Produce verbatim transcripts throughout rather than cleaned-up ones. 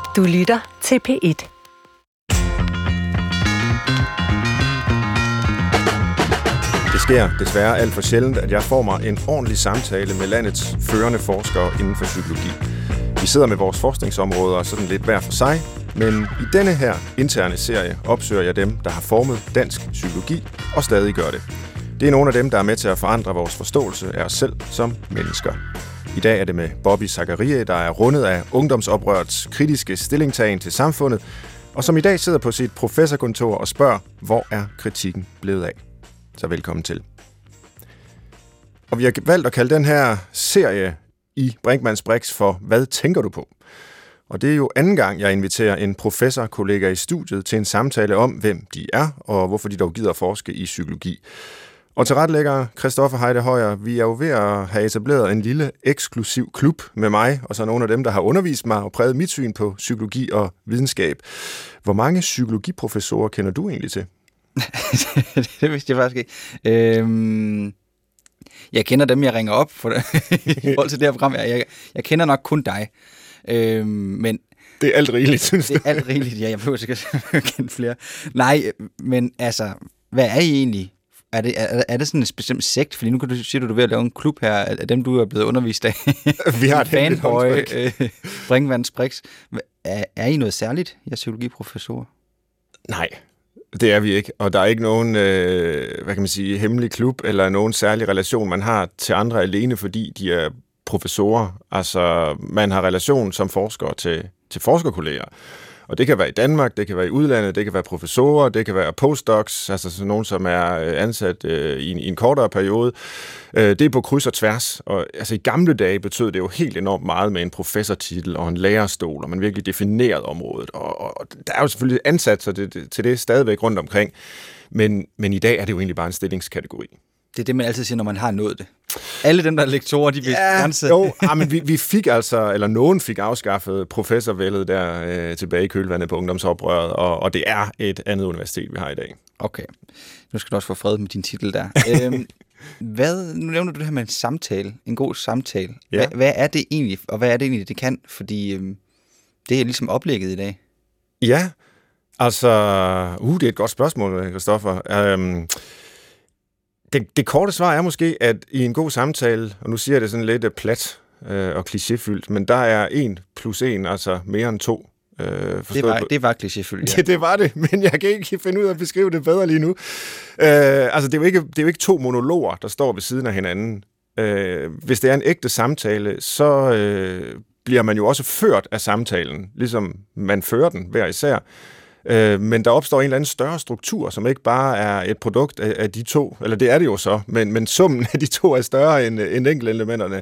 Du lytter til P et. Det sker desværre alt for sjældent, at jeg får mig en ordentlig samtale med landets førende forskere inden for psykologi. Vi sidder med vores forskningsområder sådan lidt hver for sig, men i denne her interne serie opsøger jeg dem, der har formet dansk psykologi og stadig gør det. Det er nogle af dem, der er med til at forandre vores forståelse af os selv som mennesker. I dag er det med Bobby Zachariae, der er rundet af ungdomsoprørets kritiske stillingtagen til samfundet, og som i dag sidder på sit professorkontor og spørger, hvor er kritikken blevet af? Så velkommen til. Og vi har valgt at kalde den her serie i Brinkmanns Brix for Hvad tænker du på? Og det er jo anden gang, jeg inviterer en professorkollega i studiet til en samtale om, hvem de er, og hvorfor de dog gider forske i psykologi. Og tilrettelægger Christoffer Heide Højer, vi er jo ved at have etableret en lille eksklusiv klub med mig, og så nogle af dem, der har undervist mig og præget mit syn på psykologi og videnskab. Hvor mange psykologiprofessorer kender du egentlig til? Det vidste jeg faktisk ikke. Øhm, jeg kender dem, jeg ringer op for det, i forhold til det her program. Jeg, jeg kender nok kun dig. Øhm, men det er alt rigeligt, synes du? Det er alt rigeligt, ja. Jeg behøver sikkert at kende flere. Nej, men altså, hvad er I egentlig? Er det, er, er det sådan en bestemt sekt? Fordi nu kan du sige, at du er ved at lave en klub her af dem, du er blevet undervist af. Vi har et fanboy, øh, Brinkmanns Brix. Er, er I noget særligt, jeg er psykologiprofessor? Nej, det er vi ikke. Og der er ikke nogen, øh, hvad kan man sige, hemmelig klub eller nogen særlig relation, man har til andre alene, fordi de er professorer. Altså, man har relation som forsker til, til forskerkolleger. Og det kan være i Danmark, det kan være i udlandet, det kan være professorer, det kan være postdocs, altså sådan nogen, som er ansat øh, i, en, i en kortere periode. Øh, det er på kryds og tværs. Og altså, i gamle dage betød det jo helt enormt meget med en professortitel og en lærerstol, og man virkelig definerede området. Og, og, og der er jo selvfølgelig ansatser til det, til det stadigvæk rundt omkring, men, men i dag er det jo egentlig bare en stillingskategori. Det er det, man altid siger, når man har nået det. Alle dem, der er lektorer, de vil ja, gerne sidde. Jo, ja, men vi, vi fik altså, eller nogen fik afskaffet professorvældet der øh, tilbage i kølvandet på ungdomsoprøret, og, og det er et andet universitet, vi har i dag. Okay, nu skal du også få fred med din titel der. øhm, hvad, nu nævner du det her med en samtale, en god samtale. Ja. Hvad, hvad er det egentlig, og hvad er det egentlig, det kan? Fordi øhm, det er ligesom oplægget i dag. Ja, altså, uh, det er et godt spørgsmål, Christoffer. Øhm, Det, det korte svar er måske, at i en god samtale, og nu siger jeg det sådan lidt plat øh, og klichéfyldt, men der er en plus en, altså mere end to. Øh, det, var, det var klichéfyldt, ja. Det, det var det, men jeg kan ikke finde ud af at beskrive det bedre lige nu. Øh, altså, det er, jo ikke, det er jo ikke to monologer, der står ved siden af hinanden. Øh, hvis det er en ægte samtale, så øh, bliver man jo også ført af samtalen, ligesom man fører den hver især. Men der opstår en eller anden større struktur, som ikke bare er et produkt af de to, eller det er det jo så, men, men summen af de to er større end, end enkeltelementerne,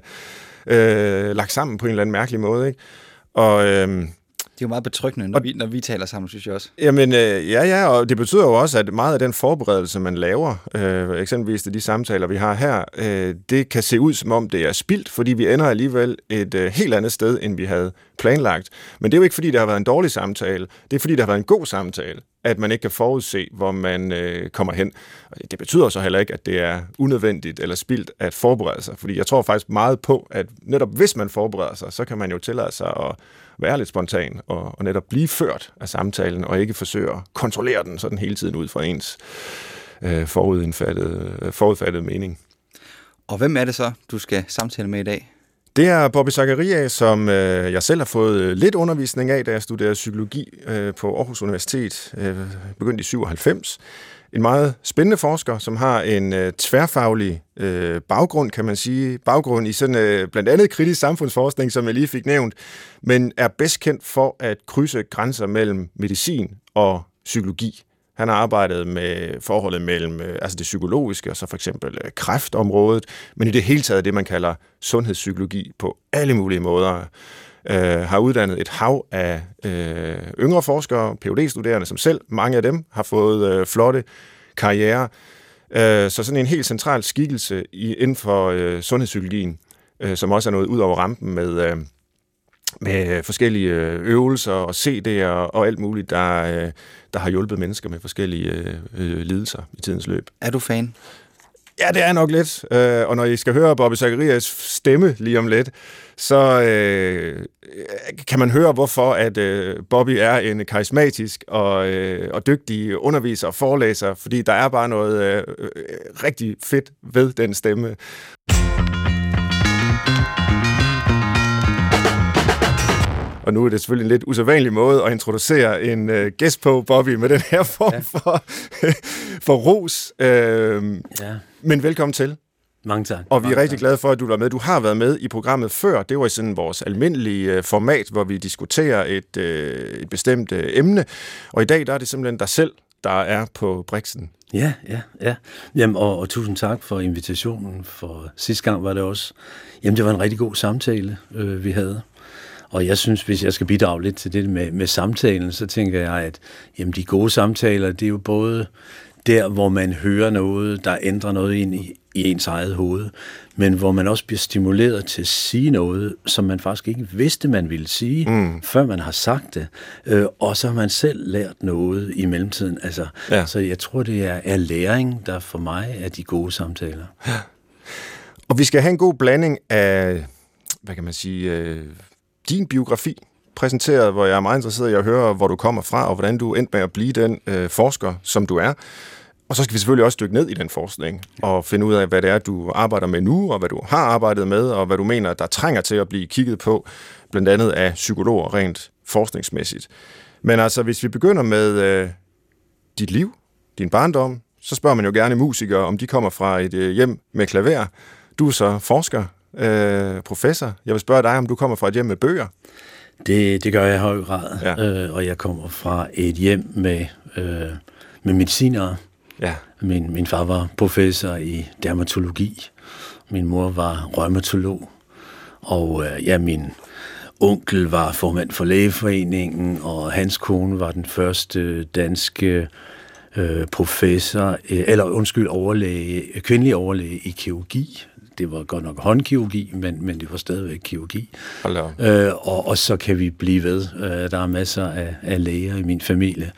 øh, lagt sammen på en eller anden mærkelig måde, ikke? Og, øh, det er jo meget betryggende, når, og, vi, når vi taler sammen, synes jeg også. Jamen, øh, ja, ja, og det betyder jo også, at meget af den forberedelse, man laver, øh, eksempelvis til de samtaler, vi har her, øh, det kan se ud, som om det er spildt, fordi vi ender alligevel et øh, helt andet sted, end vi havde planlagt. Men det er jo ikke, fordi det har været en dårlig samtale. Det er, fordi det har været en god samtale, at man ikke kan forudse, hvor man øh, kommer hen. Det betyder så heller ikke, at det er unødvendigt eller spildt at forberede sig, fordi jeg tror faktisk meget på, at netop hvis man forbereder sig, så kan man jo tillade sig at være lidt spontan og, og netop blive ført af samtalen, og ikke forsøge at kontrollere den sådan hele tiden ud fra ens øh, forudfattede, forudfattede mening. Og hvem er det så, du skal samtale med i dag? Det er Bobby Zachariae, som øh, jeg selv har fået lidt undervisning af, da jeg studerede psykologi øh, på Aarhus Universitet, øh, begyndt i syvoghalvfems. En meget spændende forsker, som har en øh, tværfaglig øh, baggrund, kan man sige. Baggrund i sådan øh, blandt andet kritisk samfundsforskning, som jeg lige fik nævnt, men er bedst kendt for at krydse grænser mellem medicin og psykologi. Han har arbejdet med forholdet mellem altså det psykologiske og så for eksempel kræftområdet, men i det hele taget det, man kalder sundhedspsykologi på alle mulige måder. Øh, har uddannet et hav af øh, yngre forskere, P H D-studerende som selv. Mange af dem har fået øh, flotte karrierer. Øh, så sådan en helt central skikkelse i, inden for øh, sundhedspsykologien, øh, som også er noget ud over rampen med... Øh, med forskellige øvelser og C D'er og alt muligt, der, der har hjulpet mennesker med forskellige øh, lidelser i tidens løb. Er du fan? Ja, det er nok lidt. Og når I skal høre Bobby Zachariaes stemme lige om lidt, så øh, kan man høre, hvorfor at øh, Bobby er en karismatisk og, øh, og dygtig underviser og forelæser, fordi der er bare noget øh, øh, rigtig fedt ved den stemme. Og nu er det selvfølgelig en lidt usædvanlig måde at introducere en øh, gæst på, Bobby, med den her form ja. for, for ros. Øh, ja. Men velkommen til. Mange tak. Og vi er Mange rigtig tak. glade for, at du var med. Du har været med i programmet før. Det var i sådan vores almindelige format, hvor vi diskuterer et, øh, et bestemt øh, emne. Og i dag der er det simpelthen dig selv, der er på Brixen. Ja, ja, ja. Jamen, og, og tusind tak for invitationen. For sidste gang var det også... Jamen, det var en rigtig god samtale, øh, vi havde. Og jeg synes, hvis jeg skal bidrage lidt til det med, med samtalen, så tænker jeg, at jamen, de gode samtaler, det er jo både der, hvor man hører noget, der ændrer noget ind i, i ens eget hoved, men hvor man også bliver stimuleret til at sige noget, som man faktisk ikke vidste, man ville sige, mm. før man har sagt det. Øh, og så har man selv lært noget i mellemtiden. Altså, ja. Så jeg tror, det er, er læring, der for mig er de gode samtaler. Ja. Og vi skal have en god blanding af, hvad kan man sige... Øh din biografi præsenteret, hvor jeg er meget interesseret i at høre, hvor du kommer fra, og hvordan du endte med at blive den øh, forsker, som du er. Og så skal vi selvfølgelig også dykke ned i den forskning, og finde ud af, hvad det er, du arbejder med nu, og hvad du har arbejdet med, og hvad du mener, der trænger til at blive kigget på, blandt andet af psykologer rent forskningsmæssigt. Men altså, hvis vi begynder med øh, dit liv, din barndom, så spørger man jo gerne musikere, om de kommer fra et øh, hjem med klaver. Du er så forsker, Øh, professor. Jeg vil spørge dig, om du kommer fra et hjem med bøger? Det, det gør jeg i høj grad, ja. øh, og jeg kommer fra et hjem med, øh, med medicinere. Ja. Min, min far var professor i dermatologi, min mor var rheumatolog, og øh, ja, min onkel var formand for Lægeforeningen, og hans kone var den første danske øh, professor, øh, eller undskyld, overlæge, kvindelig overlæge i kirurgi. Det var godt nok håndkirurgi, men, men det var stadigvæk kirurgi. Øh, og, og så kan vi blive ved. Øh, der er masser af, af læger i min familie.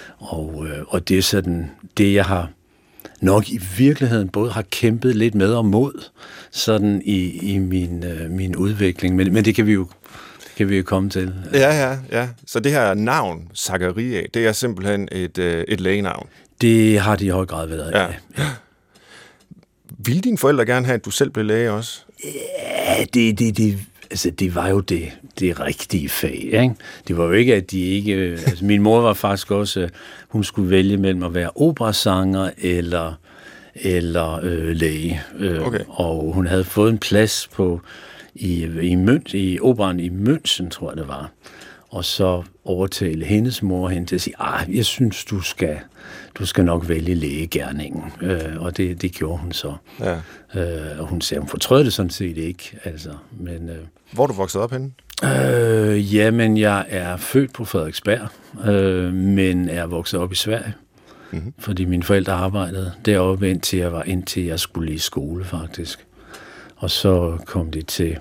Og, øh, og det er sådan, det jeg har nok i virkeligheden både har kæmpet lidt med og mod sådan i, i min, øh, min udvikling. Men, men det kan vi jo kan vi jo komme til. Ja, ja, ja. Så det her navn, Zachariah, det er simpelthen et, øh, et lægenavn? Det har de i høj grad været, ja. ja. ja. Ville dine forældre gerne have, at du selv blev læge også? Ja, det, det, det, altså, det var jo det, det rigtige fag, ikke? Det var jo ikke, at de ikke... Altså, min mor var faktisk også... Hun skulle vælge mellem at være operasanger eller, eller øh, læge. Okay. Og hun havde fået en plads på i, i, Møn, i operaen i München, tror jeg det var. Og så overtale hendes mor hen til at sige, ah, jeg synes, du skal... du skal nok vælge lægegerningen. Øh, og det, det gjorde hun så. Ja. Øh, og hun sagde, hun fortrød det sådan set ikke. Altså, men, øh, Hvor er du vokset op henne? Øh, jamen, jeg er født på Frederiksberg, øh, men er vokset op i Sverige. Mm-hmm. Fordi mine forældre arbejdede deroppe, indtil jeg var indtil jeg skulle i skole, faktisk. Og så kom det til,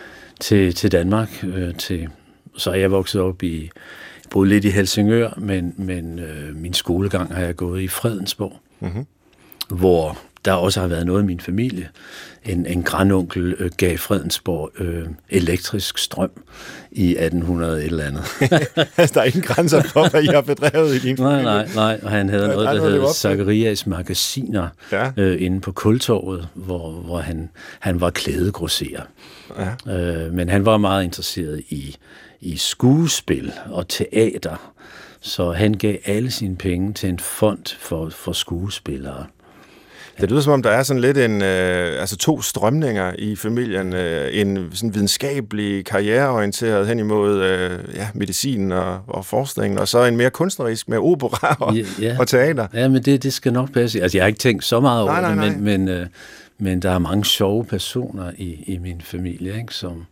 til, til Danmark. Øh, til, så er jeg vokset op i... boede lidt i Helsingør, men, men øh, min skolegang har jeg gået i Fredensborg, mm-hmm. hvor der også har været noget i min familie. En, en grandonkel øh, gav Fredensborg øh, elektrisk strøm i atten hundrede et eller andet. Altså, der er ingen grænser for, hvad I har bedrevet i din familie. Nej, nej, nej. Og han havde noget, der hed Zacharias Magasiner ja. øh, inde på Kultorvet, hvor, hvor han, han var klædegrosserer. Ja. Øh, men han var meget interesseret i i skuespil og teater, så han gav alle sine penge til en fond for, for skuespillere. Det lyder som om, der er sådan lidt en, øh, altså to strømninger i familien. Øh, en sådan videnskabelig, karriereorienteret hen imod øh, ja, medicin og, og forskning, og så en mere kunstnerisk med opera og, ja, ja. og teater. Ja, men det, det skal nok passe. Altså, jeg har ikke tænkt så meget over nej, nej, nej. det, men, men, øh, men der er mange sjove personer i, i min familie, ikke, som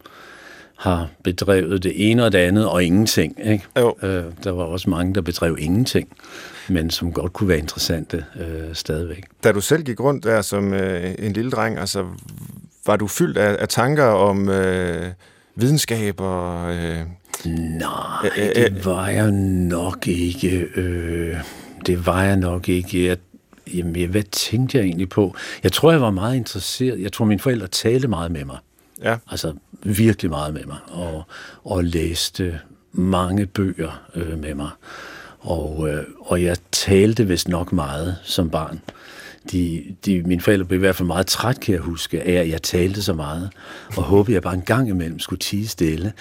har bedrevet det ene og det andet, og ingenting. Ikke? Øh, der var også mange, der bedrev ingenting, men som godt kunne være interessante øh, stadigvæk. Da du selv gik rundt der som øh, en lille dreng, altså, var du fyldt af, af tanker om øh, videnskab og... Øh, Nej, øh, øh, det var jeg nok ikke. Øh, det var jeg nok ikke. Jeg, jamen, hvad tænkte jeg egentlig på? Jeg tror, jeg var meget interesseret. Jeg tror, mine forældre talte meget med mig. Ja. Altså virkelig meget med mig, og, og læste mange bøger øh, med mig. Og, øh, og jeg talte vist nok meget som barn. De, de, mine forældre blev i hvert fald meget træt, kan jeg huske, af at jeg talte så meget, og håbede, jeg bare en gang imellem skulle tie stille.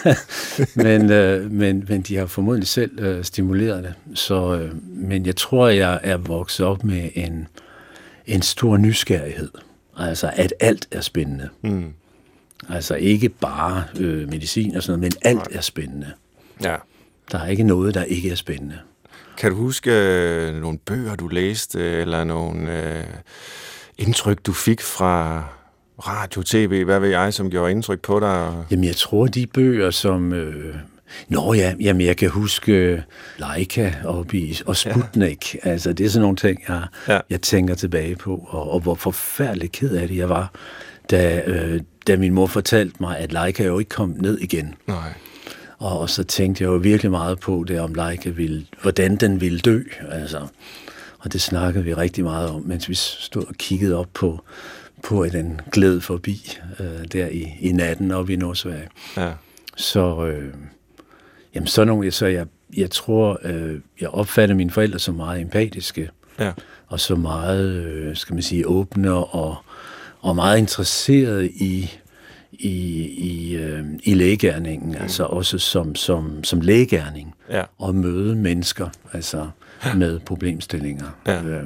men, øh, men, men de har formodentlig selv øh, stimuleret det. Så, øh, men jeg tror, jeg er vokset op med en, en stor nysgerrighed. Altså, at alt er spændende. Mm. Altså, ikke bare øh, medicin og sådan noget, men alt er spændende. Ja. Der er ikke noget, der ikke er spændende. Kan du huske øh, nogle bøger, du læste, eller nogle øh, indtryk, du fik fra radio, tv, hvad ved jeg, som gjorde indtryk på dig? Jamen, jeg tror, de bøger, som... Øh... Nå ja, jamen, jeg kan huske Laika og, og Sputnik. Ja. Altså, det er sådan nogle ting, jeg, ja. jeg tænker tilbage på, og, og hvor forfærdeligt ked af det jeg var, da, øh, da min mor fortalte mig, at Laika jo ikke kom ned igen. Nej. Og, og så tænkte jeg jo virkelig meget på det, om Laika ville, hvordan den ville dø. Altså. Og det snakkede vi rigtig meget om, mens vi stod og kiggede op på, på at den gled forbi øh, der i, i natten oppe i Nordsverige. Ja. Så, øh, jamen, så, nogle, så jeg, jeg tror, øh, jeg opfatter mine forældre som meget empatiske, ja. og så meget, øh, skal man sige, åbne og, og meget interesserede i i, i, øh, i lægegerningen, mm. altså også som, som, som lægegerning, ja. og møde mennesker, altså ja. med problemstillinger. Ja. Øh.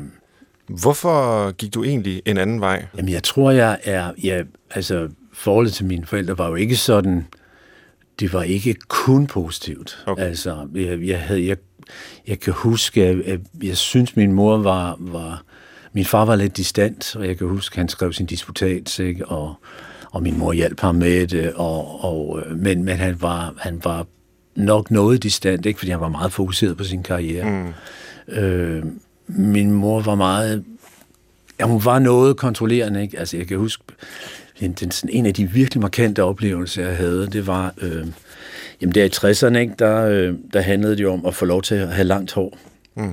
Hvorfor gik du egentlig en anden vej? Jamen, jeg tror, jeg er, ja, altså, forholdet til mine forældre var jo ikke sådan, det var ikke kun positivt. Okay. Altså, jeg, jeg, havde, jeg, jeg kan huske, at jeg, jeg synes, min mor var, var, min far var lidt distant, og jeg kan huske, at han skrev sin disputat, ikke, og og min mor hjalp ham med det, og, og, men, men han, var, han var nok noget distant, ikke, fordi han var meget fokuseret på sin karriere. Mm. Øh, min mor var meget, ja, hun var noget kontrollerende, ikke? Altså, jeg kan huske, den, den, sådan, en af de virkelig markante oplevelser, jeg havde, det var, øh, jamen der i tresserne, ikke, der, øh, der handlede det om at få lov til at have langt hår. Mm.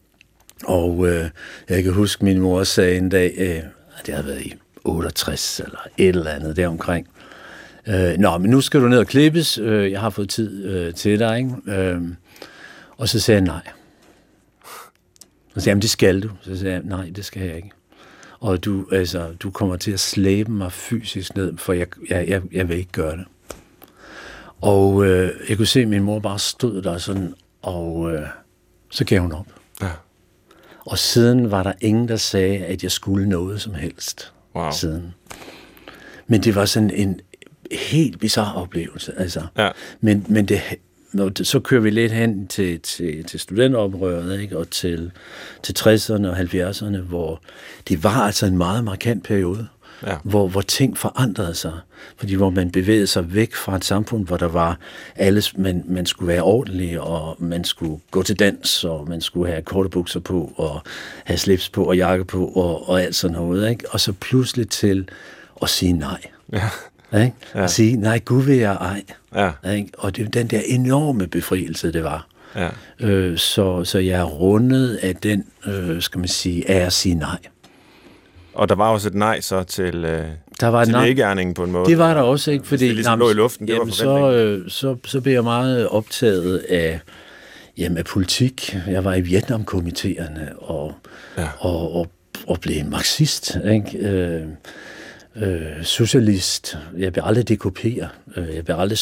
Og øh, jeg kan huske, min mor sagde en dag, øh, det havde været i otteogtres eller et eller andet deromkring. Øh, nå, men nu skal du ned og klippes. Øh, jeg har fået tid øh, til dig, ikke? Øh, og så sagde jeg nej. Så sagde jeg, det skal du. Så sagde jeg, nej, det skal jeg ikke. Og du, altså, du kommer til at slæbe mig fysisk ned, for jeg, jeg, jeg, jeg vil ikke gøre det. Og øh, jeg kunne se, at min mor bare stod der sådan, og øh, så gav hun op. Ja. Og siden var der ingen, der sagde, at jeg skulle noget som helst. Wow. Siden. Men det var sådan en helt bizarre oplevelse. Altså. Ja. Men, men det, så kører vi lidt hen til, til, til studenteroprøret, ikke? Og til, til tresserne og halvfjerdserne, hvor det var altså en meget markant periode, ja. hvor, hvor ting forandrede sig. Fordi hvor man bevægede sig væk fra et samfund, hvor der var alles, man, man skulle være ordentlig, og man skulle gå til dans, og man skulle have korte bukser på, og have slips på, og jakke på, og, og alt sådan noget, ikke? Og så pludselig til at sige nej. Ja. Ikke? Ja. At sige, nej, Gud vil jeg ej. Ja. Ikke? Og det er den der enorme befrielse, det var. Ja. Øh, så, så jeg er rundet af den, øh, skal man sige, af at sige nej. Og der var også et nej så til, øh, der var til nej. lægegerningen på en måde. Det var der også, ikke? Fordi det ligesom lå i luften, det jamen, var så, øh, så, så blev jeg meget optaget af, jamen, af politik. Jeg var i Vietnamkomiteerne og, ja. og, og, og blev en marxist, ikke? Øh, øh, socialist. Jeg blev aldrig D K P'er. Jeg blev aldrig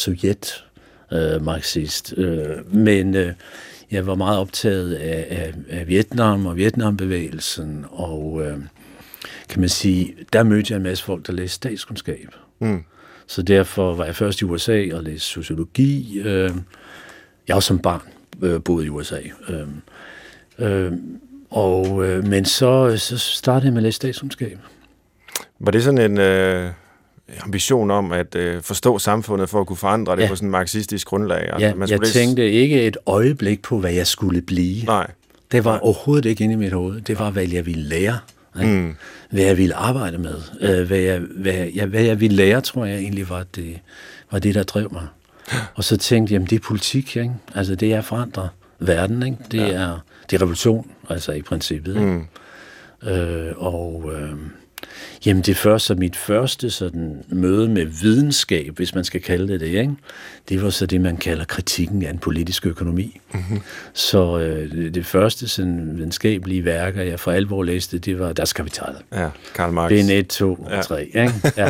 sovjet-marxist. Øh, men øh, jeg var meget optaget af, af, af Vietnam og Vietnambevægelsen, og øh, kan man sige, der mødte jeg en masse folk, der læste statskundskab. Mm. Så derfor var jeg først i U S A og læste sociologi. Øh, jeg også som barn øh, boede i U S A. Øh, øh, og, øh, men så, så startede jeg med at læse statskundskab. Var det sådan en øh, ambition om at øh, forstå samfundet for at kunne forandre det ja. på sådan en marxistisk grundlag? Altså, ja, man jeg læse... tænkte ikke et øjeblik på, hvad jeg skulle blive. Nej. Det var Nej. overhovedet ikke inde i mit hoved. Det var, hvad jeg ville lære. Mm. Hvad jeg ville arbejde med. Øh, hvad, jeg, hvad, jeg, hvad jeg ville lære, tror jeg egentlig var det, var det der drev mig. Og så tænkte jeg, jamen det er politik, ikke? Altså det er at forandre verden, ikke? Det, ja. er, det er revolution, altså i princippet. Mm. Øh, og, øh, Jamen det første, mit første sådan møde med videnskab, hvis man skal kalde det det, ikke? Det var så det, man kalder kritikken af en politisk økonomi. Mm-hmm. Så øh, det første sådan videnskabelige værker, jeg for alvor læste, det var Das Kapital. Ja, Karl Marx. Bind et, to og ja. tre, ikke? Ja.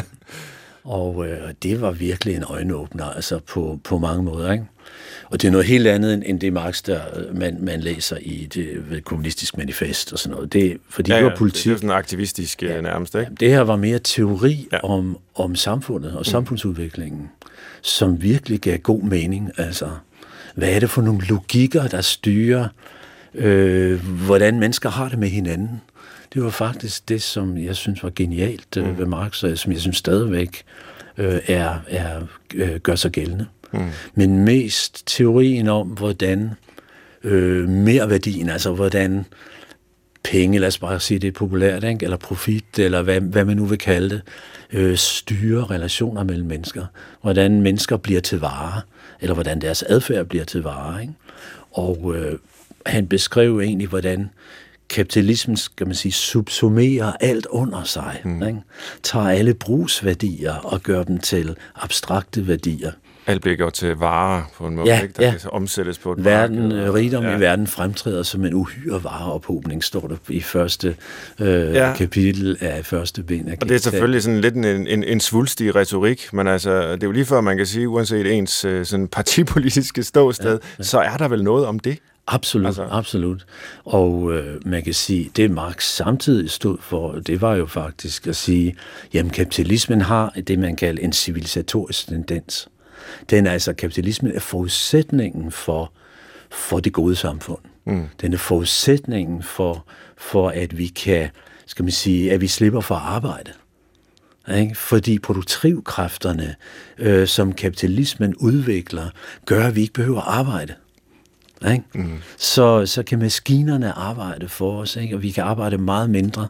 Og øh, det var virkelig en øjenåbner, altså på, på mange måder, ikke? Og det er noget helt andet, end det Marx, der man, man læser i det ved kommunistisk manifest og sådan noget. Det, fordi ja, ja, det var politik. Det er sådan aktivistisk ja, nærmest, ikke? Det her var mere teori ja. om, om samfundet og mm. samfundsudviklingen, som virkelig gav god mening. Altså, hvad er det for nogle logikker, der styrer, øh, hvordan mennesker har det med hinanden? Det var faktisk det, som jeg synes var genialt øh, ved Marx, og som jeg synes stadigvæk øh, er, er, øh, gør sig gældende. Mm. Men mest teorien om, hvordan øh, merværdien, altså hvordan penge, lad os bare sige det er populært, ikke? Eller profit, eller hvad, hvad man nu vil kalde det, øh, styrer relationer mellem mennesker. Hvordan mennesker bliver til varer, eller hvordan deres adfærd bliver til varer. Ikke? Og øh, han beskrev egentlig, hvordan kapitalismen, skal man sige, subsumerer alt under sig. Mm. Ikke? Tager alle brugsværdier og gør dem til abstrakte værdier. Alt bliver gjort til varer på en måde, ja, ikke? Der ja. kan så omsættes på et verden, marked. Rigdom ja. i verden fremtræder som en uhyre vareophobning, står der i første øh, ja. kapitel af første bind. Og det er selvfølgelig sådan lidt en, en, en svulstig retorik, men altså, det er jo lige før, man kan sige, uanset ens sådan partipolitiske ståsted, ja, ja. så er der vel noget om det? Absolut, altså. absolut. Og øh, man kan sige, det Marx samtidig stod for, det var jo faktisk at sige, jamen kapitalismen har det, man kalder en civilisatorisk tendens. Den er altså, kapitalismen er forudsætningen for, for det gode samfund. Mm. Den er forudsætningen for, for, at vi kan, skal man sige, at vi slipper for arbejde. Ikke? Fordi produktivkræfterne, øh, som kapitalismen udvikler, gør, at vi ikke behøver arbejde. Ikke? Mm. Så, så kan maskinerne arbejde for os, ikke? Og vi kan arbejde meget mindre.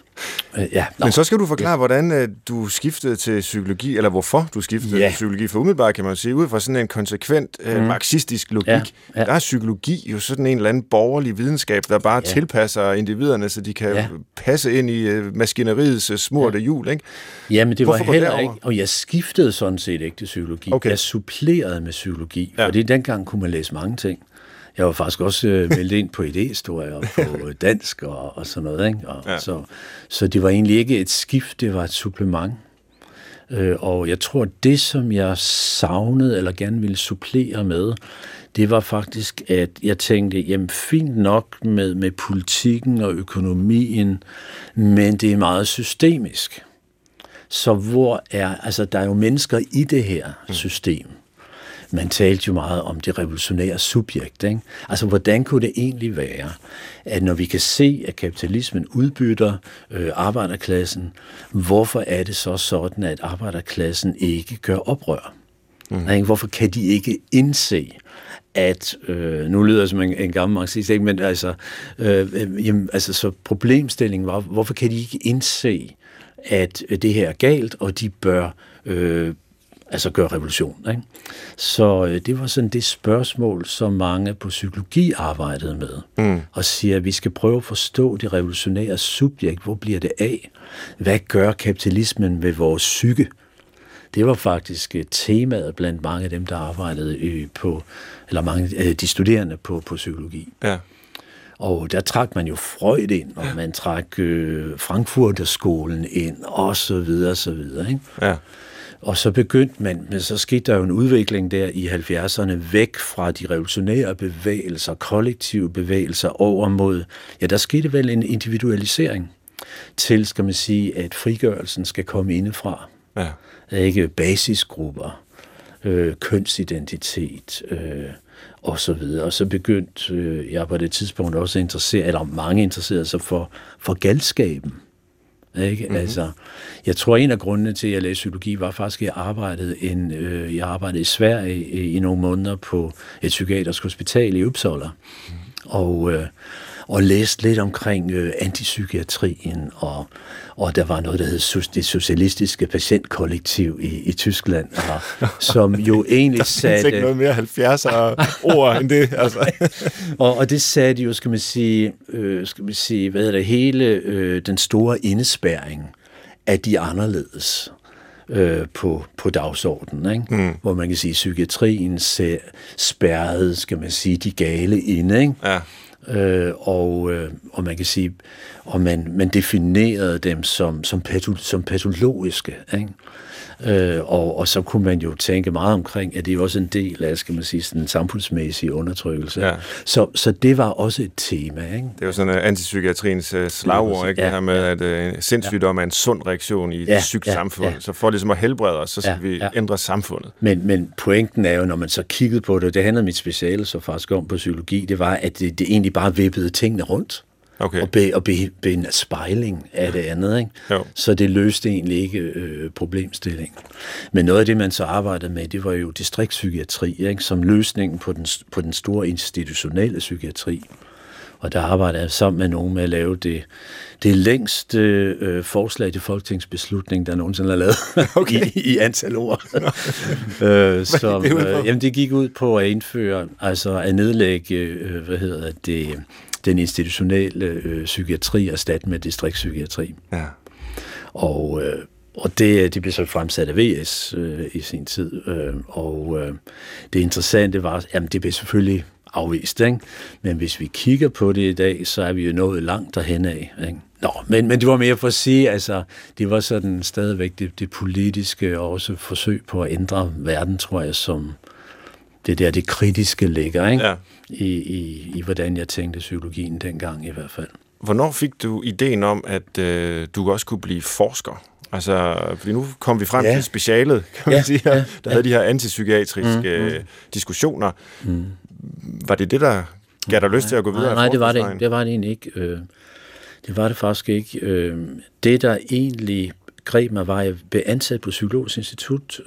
Ja, men så skal du forklare, hvordan du skiftede til psykologi, eller hvorfor du skiftede ja. til psykologi. For umiddelbart kan man sige, ud fra sådan en konsekvent mm. uh, marxistisk logik, ja, ja. der er psykologi jo sådan en eller anden borgerlig videnskab, der bare ja. tilpasser individerne, så de kan ja. passe ind i uh, maskineriets uh, smurte ja. hjul, ikke? Jamen det hvorfor var heller ikke, og jeg skiftede sådan set ikke til psykologi. Okay. Jeg supplerede med psykologi, ja. fordi dengang kunne man læse mange ting. Jeg var faktisk også øh, meldt ind på idéhistorie og på dansk og, og sådan noget. Ikke? Og, ja. så, så det var egentlig ikke et skift, det var et supplement. Øh, og jeg tror, det som jeg savnede eller gerne ville supplere med, det var faktisk, at jeg tænkte, jamen fint nok med, med politikken og økonomien, men det er meget systemisk. Så hvor er, altså der er jo mennesker i det her system. Man talte jo meget om det revolutionære subjekt. Ikke? Altså, hvordan kunne det egentlig være, at når vi kan se, at kapitalismen udbytter øh, arbejderklassen, hvorfor er det så sådan, at arbejderklassen ikke gør oprør? Mm. Ikke? Hvorfor kan de ikke indse, at, øh, nu lyder jeg som en, en gammel marxist, ikke? Men altså, øh, jamen, altså, så problemstillingen var, hvorfor kan de ikke indse, at det her er galt, og de bør øh, altså gøre revolution. Ikke? Så øh, det var sådan det spørgsmål, som mange på psykologi arbejdede med, mm. og siger, at vi skal prøve at forstå det revolutionære subjekt. Hvor bliver det af? Hvad gør kapitalismen ved vores psyke? Det var faktisk temaet blandt mange af dem, der arbejdede på, eller mange af de studerende på, på psykologi. Ja. Og der trak man jo Freud ind, og man trak øh, Frankfurterskolen ind, og så videre, så videre. Ikke? Ja. Og så begyndte man, men så skete der jo en udvikling der i halvfjerdserne væk fra de revolutionære bevægelser, kollektive bevægelser over mod, ja, der skete vel en individualisering til, skal man sige, at frigørelsen skal komme indefra. Ja. Ikke basisgrupper, øh, kønsidentitet øh, og så videre. Og så begyndte øh, jeg på det tidspunkt også at interessere, eller mange interesserede sig for, for galskaben. Ikke? Mm-hmm. Altså, jeg tror, en af grundene til, at jeg læste psykologi, var faktisk, at jeg arbejdede, en, øh, jeg arbejdede i Sverige i, i nogle måneder på et psykiatrisk hospital i Uppsala. Mm. Og, øh, og læste lidt omkring øh, antipsykiatrien, og, og der var noget, der hed det socialistiske patientkollektiv i, i Tyskland, og, som jo egentlig satte... Der er ikke noget mere halvfjerdser ord end det, altså. og, og det satte jo, skal man sige, øh, skal man sige hvad er det, hele øh, den store indespærring er de anderledes øh, på, på dagsordenen, ikke? Mm. Hvor man kan sige, at psykiatrien spærrede, skal man sige, de gale inde, ikke? Ja. Øh, og, øh, og man kan sige, og man, man definerede dem som, som, pato, som patologiske, ikke? Øh, og, og så kunne man jo tænke meget omkring, at det er også en del af, skal man sige, sådan en samfundsmæssig undertrykkelse. Ja. Så, så det var også et tema, ikke? Det er jo sådan uh, antipsykiatriens uh, slagord, ikke? Ja, det her med, ja. at uh, sindssygdom er en sund reaktion i ja, et sygt ja, samfund. Ja. Så for ligesom at helbrede os, så skal ja, vi ja. ændre samfundet. Men, men pointen er jo, når man så kiggede på det, det handlede mit speciale så faktisk om på psykologi, det var, at det, det egentlig bare vippede tingene rundt. Okay. Og, be, og be, be en spejling af det andet, ikke? Så det løste egentlig ikke øh, problemstillingen. Men noget af det, man så arbejdede med, det var jo distriktspsykiatri, ikke? Som løsningen på den, på den store institutionelle psykiatri. Og der arbejdede jeg sammen med nogen med at lave det, det længste øh, forslag til folketingsbeslutning, der nogensinde er lavet okay. i, i antal ord. øh, som, øh, jamen, det gik ud på at indføre, altså at nedlægge, øh, hvad hedder det, den institutionelle øh, psykiatri erstatte med distriktspsykiatri. Ja. Og, øh, og det, det blev så fremsat af V S øh, i sin tid. Øh, og øh, det interessante var, jamen det blev selvfølgelig afvist, ikke? Men hvis vi kigger på det i dag, så er vi jo nået langt derhen af, ikke? Nå, men, men det var mere for at sige, altså, det var sådan stadigvæk det, det politiske og også forsøg på at ændre verden, tror jeg, som det der, det kritiske ligger, ikke? Ja. I, i, i hvordan jeg tænkte psykologien dengang i hvert fald. Hvornår fik du ideen om, at øh, du også kunne blive forsker? Altså, fordi nu kom vi frem ja. til specialet, kan man ja. sige, her, der ja. havde de her antipsykiatriske mm, mm. diskussioner. Mm. Var det det, der gav dig lyst til at gå videre? Nej, nej det var det ikke. Det var det egentlig ikke. Det var det faktisk ikke. Det, der egentlig greb mig, var, at jeg blev ansat på Psykologisk Institut,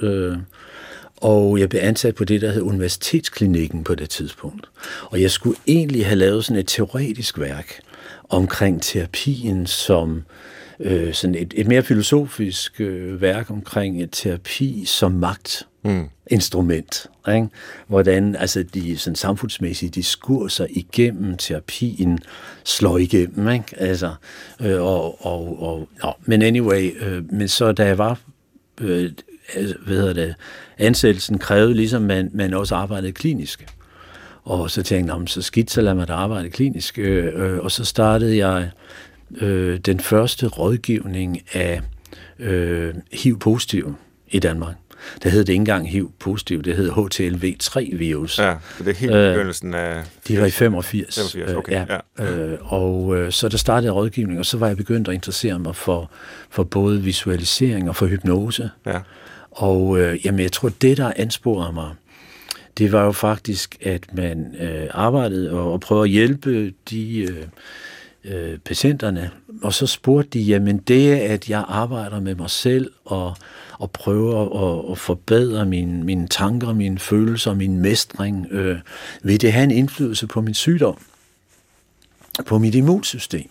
og jeg blev ansat på det, der hed Universitetsklinikken på det tidspunkt. Og jeg skulle egentlig have lavet sådan et teoretisk værk omkring terapien som øh, sådan et, et mere filosofisk øh, værk omkring et terapi som magtinstrument. Mm. Ikke? Hvordan altså de sådan, samfundsmæssige diskurser igennem terapien slår igennem. Ikke? Altså, øh, og, og, og, no. Men anyway, øh, men så da jeg var... Øh, hvad hedder det, ansættelsen krævede ligesom, man, man også arbejdede klinisk. Og så tænkte jeg, så skidt, så lad mig da arbejde klinisk. Øh, og så startede jeg øh, den første rådgivning af øh, H I V-positiv i Danmark. Der hed det ikke engang H I V-positiv, det hed H T L V tre virus. Ja, det er helt begyndelsen af... De var i femogfirs. femogfirs, okay. Ja. Ja. Øh, og øh, så der startede rådgivning, og så var jeg begyndt at interessere mig for, for både visualisering og for hypnose. Ja. Og øh, jamen, jeg tror, det, der ansporede mig, det var jo faktisk, at man øh, arbejdede og, og prøvede at hjælpe de øh, øh, patienterne, og så spurgte de, jamen det, at jeg arbejder med mig selv og, og prøver at, at forbedre mine, mine tanker, mine følelser, min mestring, øh, vil det have en indflydelse på min sygdom, på mit immunsystem?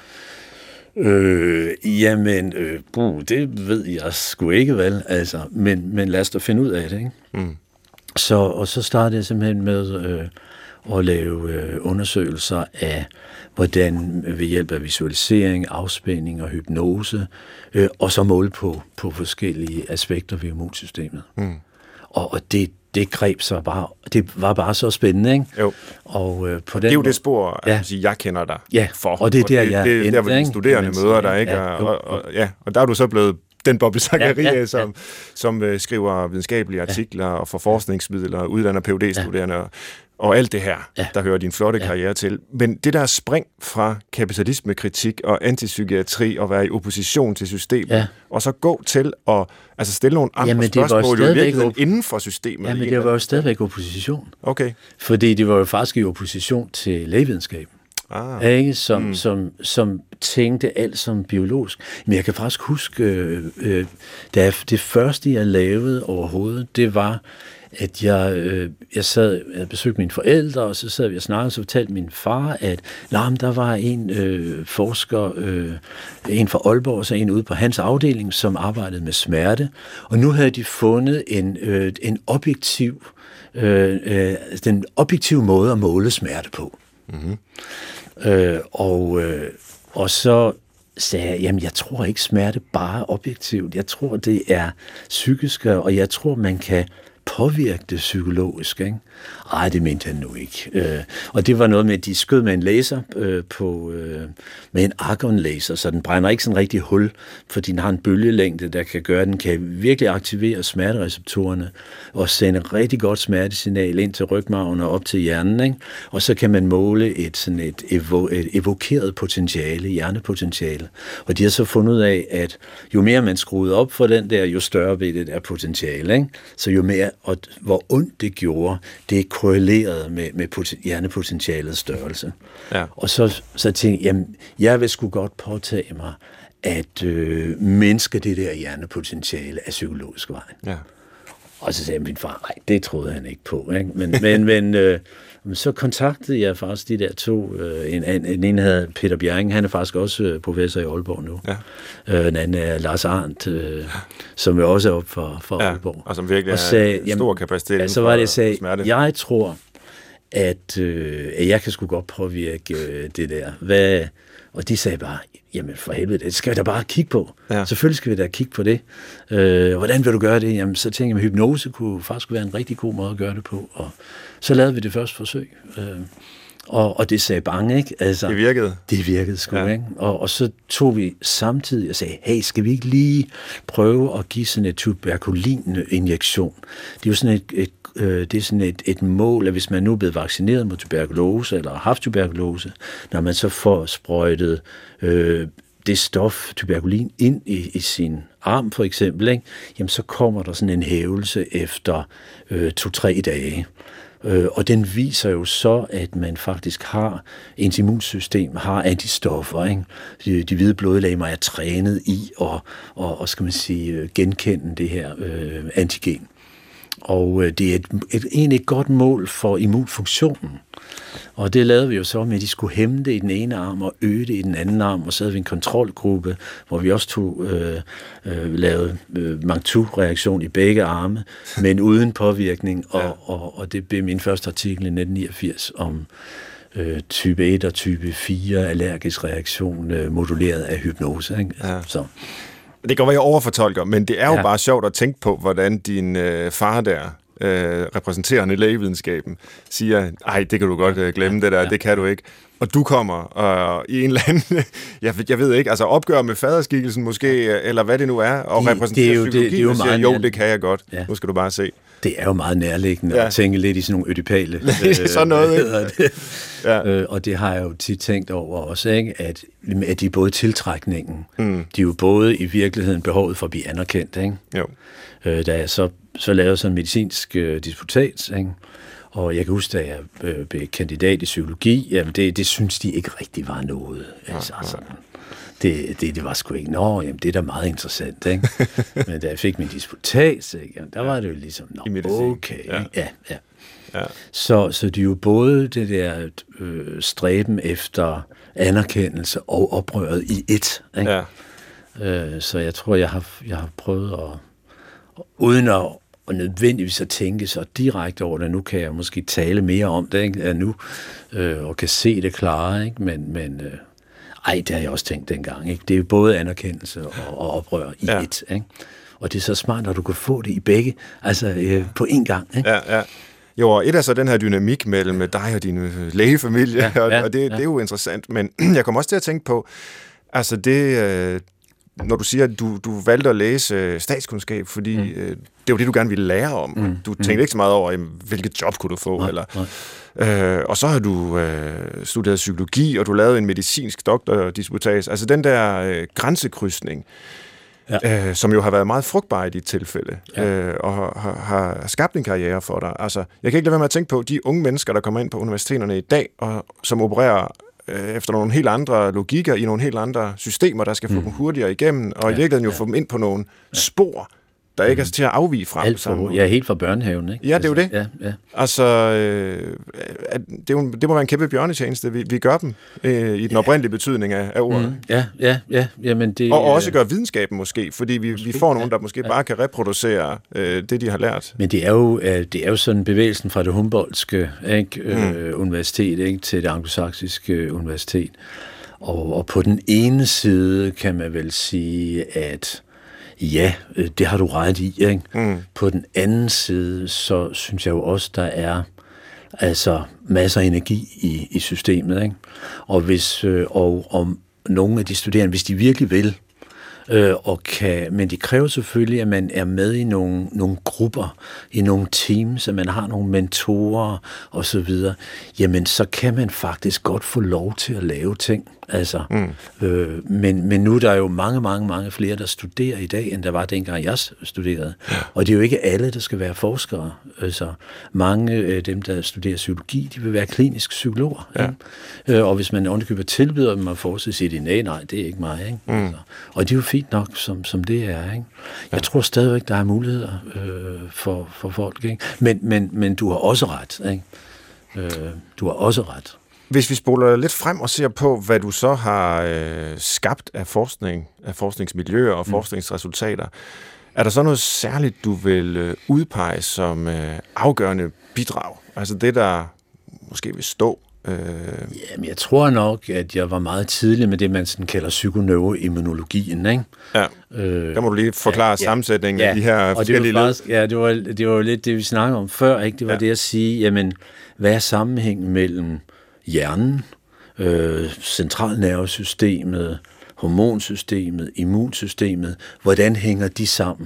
Øh, jamen, øh, buh, det ved jeg sgu ikke, vel, altså, men, men lad os da finde ud af det, ikke? Mm. Så, og så startede jeg simpelthen med øh, at lave øh, undersøgelser af, hvordan ved hjælp af visualisering, afspænding og hypnose, øh, og så måle på, på forskellige aspekter ved immunsystemet. Mm. Og, og det det greb så bare, det var bare så spændende, ikke? Jo. Og øh, på den det er jo det spor, ja. Sige, jeg kender dig ja. for. Og det er der, jeg det, det, der, hvor de studerende møder dig, ikke? Ja. Og, og, ja. og der er du så blevet den Bobby Zacharias, ja, ja, ja. som, som øh, skriver videnskabelige artikler ja. og får forskningsmidler, uddanner P H D-studerende, ja. og alt det her, ja. der hører din flotte ja. karriere til. Men det der spring fra kapitalismekritik og antipsykiatri og være i opposition til systemet, ja. og så gå til at altså stille nogle andre jamen, spørgsmål jo virkelig op- inden for systemet. Jamen, det var jo stadigvæk opposition. Okay. Fordi det var jo faktisk i opposition til lægevidenskaben. Ah. Ikke? Som, mm. som, som tænkte alt som biologisk. Men jeg kan faktisk huske, øh, øh, da det første, jeg lavede overhovedet, det var, at jeg, øh, jeg sad, jeg besøgte mine forældre, og så sad vi og snakkede, og så fortalte min far, at nah, der var en øh, forsker, øh, en fra Aalborg, og så en ude på hans afdeling, som arbejdede med smerte, og nu havde de fundet en, øh, en objektiv, øh, øh, den objektive måde at måle smerte på. Mm-hmm. Øh, og, øh, og så sagde jeg, jamen jeg tror ikke smerte bare objektivt. Jeg tror, det er psykisk, og jeg tror, man kan påvirke det psykologisk, ikke? Ej, det mente han nu ikke. Øh, og det var noget med, at de skød med en laser øh, på, øh, med en argonlaser, så den brænder ikke sådan rigtig hul, fordi den har en bølgelængde, der kan gøre, den kan virkelig aktivere smertereceptorerne og sende rigtig godt smertesignal ind til rygmarven og op til hjernen, ikke? Og så kan man måle et, sådan et, evo, et evokeret potentiale, hjernepotentiale. Og de har så fundet ud af, at jo mere man skruede op for den der, jo større ved det der potentiale, ikke? Så jo mere, og hvor ondt det gjorde, det er korreleret med, med poten, hjernepotentialets størrelse. Ja. Og så, så tænkte jeg, jamen, jeg vil sgu godt påtage mig at øh, mindske det der hjernepotentiale af psykologisk vej. Ja. Og så sagde min far, nej, det troede han ikke på. Ikke? Men, men, men øh, så kontaktede jeg faktisk de der to. Øh, en, en, en hedder Peter Bjerring, han er faktisk også øh, professor i Aalborg nu. Ja. Øh, en anden er Lars Arndt, øh, ja. som er også op for, for ja, Aalborg. Og som virkelig og sagde, har stor kapacitet. Ja, så var det, jeg sagde, smerte. Jeg tror, at, øh, at jeg kan sgu godt påvirke øh, det der. Hvad... Og de sagde bare, jamen for helvede, det skal vi da bare kigge på. Ja. Selvfølgelig skal vi da kigge på det. Øh, hvordan vil du gøre det? Jamen så tænkte jeg, at hypnose kunne faktisk være en rigtig god måde at gøre det på. Og så lavede vi det første forsøg. Øh, og, og det sagde bange, ikke? Altså, det virkede. Det virkede sgu, ja. Ikke? Og, og så tog vi samtidig og sagde, hey, skal vi ikke lige prøve at give sådan et tuberkulin-injektion? Det er jo sådan et, et det er sådan et, et mål, at hvis man nu er blevet vaccineret mod tuberkulose, eller har haft tuberkulose, når man så får sprøjtet øh, det stof, tuberkulin, ind i, i sin arm for eksempel, ikke? Jamen så kommer der sådan en hævelse efter øh, to-tre dage. Øh, og den viser jo så, at man faktisk har, ens immunsystem har antistoffer, ikke? De, de hvide blodlegemer er trænet i at og, og, skal man sige, genkende det her øh, antigen. Og det er et, et, egentlig et godt mål for immunfunktionen. Og det lavede vi jo så med, at de skulle hæmme det i den ene arm og øge det i den anden arm, og så havde vi en kontrolgruppe, hvor vi også tog, øh, øh, lavede øh, Mantoux-reaktion i begge arme, men uden påvirkning, og, ja. og, og det blev min første artikel i nitten niogfirs om øh, type et og type fire allergisk reaktion øh, moduleret af hypnose. Ikke? Ja. Så. Det kan være, jeg overfortolker, men det er jo ja. bare sjovt at tænke på, hvordan din øh, far der, øh, repræsenterende lægevidenskaben, siger, ej, det kan du godt øh, glemme, det der, ja. det kan du ikke. Og du kommer og i en eller anden, jeg, jeg ved ikke, altså opgør med faderskikkelsen måske, eller hvad det nu er, og det, repræsenterer det er jo, psykologi, det, det er jo, siger, jo, det kan jeg godt, ja. nu skal du bare se. Det er jo meget nærliggende ja. at tænke lidt i sådan nogle ødipale. Sådan noget, ikke? Ja. Øh, og det har jeg jo tit tænkt over også, ikke? At, at de er både tiltrækningen, mm. de er jo både i virkeligheden behovet for at blive anerkendt, ikke? Jo. Øh, da jeg så, så lavede sådan en medicinsk øh, disputat, ikke? Og jeg kan huske, da jeg øh, blev kandidat i psykologi, jamen det, det synes de ikke rigtig var noget. Altså, ja, ja. Sådan. Det, det, det var sgu ikke, nå, jamen, det er da meget interessant, ikke? Men da jeg fik min disputats, ikke, jamen, der var det jo ligesom, nå, okay, ja. Ja, ja. Ja. Så, så det er jo både det der øh, stræben efter anerkendelse og oprøret i ét, ikke? Ja. Øh, så jeg tror, jeg har, jeg har prøvet at, uden at og nødvendigvis at tænke så direkte over det, nu kan jeg måske tale mere om det, ikke? Nu, øh, og kan se det klare, ikke? Men, men øh, ej, det har jeg også tænkt dengang, ikke? Det er jo både anerkendelse og, og oprør i ja. et, ikke? Og det er så smart, når du kan få det i begge, altså øh, på én gang, ikke? Ja, ja. Jo, og et er så den her dynamik mellem dig og din lægefamilie, ja, og, ja, og det, ja. det er jo interessant, men jeg kommer også til at tænke på, altså det, øh, når du siger, at du, du valgte at læse statskundskab, fordi mm. øh, det var det, du gerne ville lære om. Mm. Du tænkte mm. ikke så meget over, jamen, hvilket job kunne du få, nej, eller... Nej. Øh, og så har du øh, studeret psykologi, og du lavede en medicinsk doktordisputats. Altså den der øh, grænsekrydsning, ja. øh, som jo har været meget frugtbar i dit tilfælde, ja. øh, og har, har skabt en karriere for dig. Altså, jeg kan ikke lade være med at tænke på de unge mennesker, der kommer ind på universiteterne i dag, og som opererer øh, efter nogle helt andre logikker, i nogle helt andre systemer, der skal få mm. dem hurtigere igennem, og ja. i virkeligheden jo ja. få dem ind på nogle ja. spor, der ikke er til at afvige fra. Alt for, ja, helt fra børnehaven, ikke? Ja, det er jo det. Ja, ja. Altså, øh, det, jo, det må være en kæmpe bjørnetjeneste, vi, vi gør dem øh, i den oprindelige betydning af, af ordet. Mm. Ja, ja, ja. Jamen det, og også gør videnskaben måske, fordi vi, måske, vi får nogen, der måske ja. bare kan reproducere øh, det, de har lært. Men det er jo, øh, det er jo sådan bevægelsen fra det Humboldtske ikke, øh, mm. universitet ikke, til det anglosaksiske universitet. og, og på den ene side kan man vel sige, at ja, det har du ret i, ikke? Mm. På den anden side, så synes jeg jo også, der er altså masser af energi i, i systemet, ikke? Og hvis øh, og om nogle af de studerende, hvis de virkelig vil, øh, og kan, men det kræver selvfølgelig, at man er med i nogle, nogle grupper, i nogle teams, at man har nogle mentorer og så videre, jamen så kan man faktisk godt få lov til at lave ting. Altså, mm. øh, men, men nu er der jo mange, mange, mange flere, der studerer i dag, end der var dengang jeg studerede. Ja. Og det er jo ikke alle, der skal være forskere. Altså, mange af dem, der studerer psykologi, de vil være kliniske psykologer. Ja. Øh, og hvis man ordentligt tilbyder dem at forske, så siger de, nej, nej, det er ikke mig. Ikke? Mm. Altså, og det er jo fint nok, som, som det er. Ikke? Jeg ja. tror stadigvæk, der er muligheder øh, for, for folk. Ikke? Men, men, men du har også ret. Ikke? Øh, du har også ret. Hvis vi spoler lidt frem og ser på, hvad du så har øh, skabt af forskning, af forskningsmiljøer og mm. forskningsresultater, er der så noget særligt, du vil øh, udpege som øh, afgørende bidrag? Altså det, der måske vil stå? Øh... Jamen, jeg tror nok, at jeg var meget tidlig med det, man sådan kalder psykoneuroimmunologien, ikke? Ja, øh, der må du lige forklare ja, sammensætningen ja, af de her og forskellige det faktisk, ja, det var, det var jo lidt det, vi snakkede om før, ikke? Det var ja. det at sige, jamen, hvad er sammenhængen mellem hjernen, øh, centralnervesystemet, hormonsystemet, immunsystemet, hvordan hænger de sammen?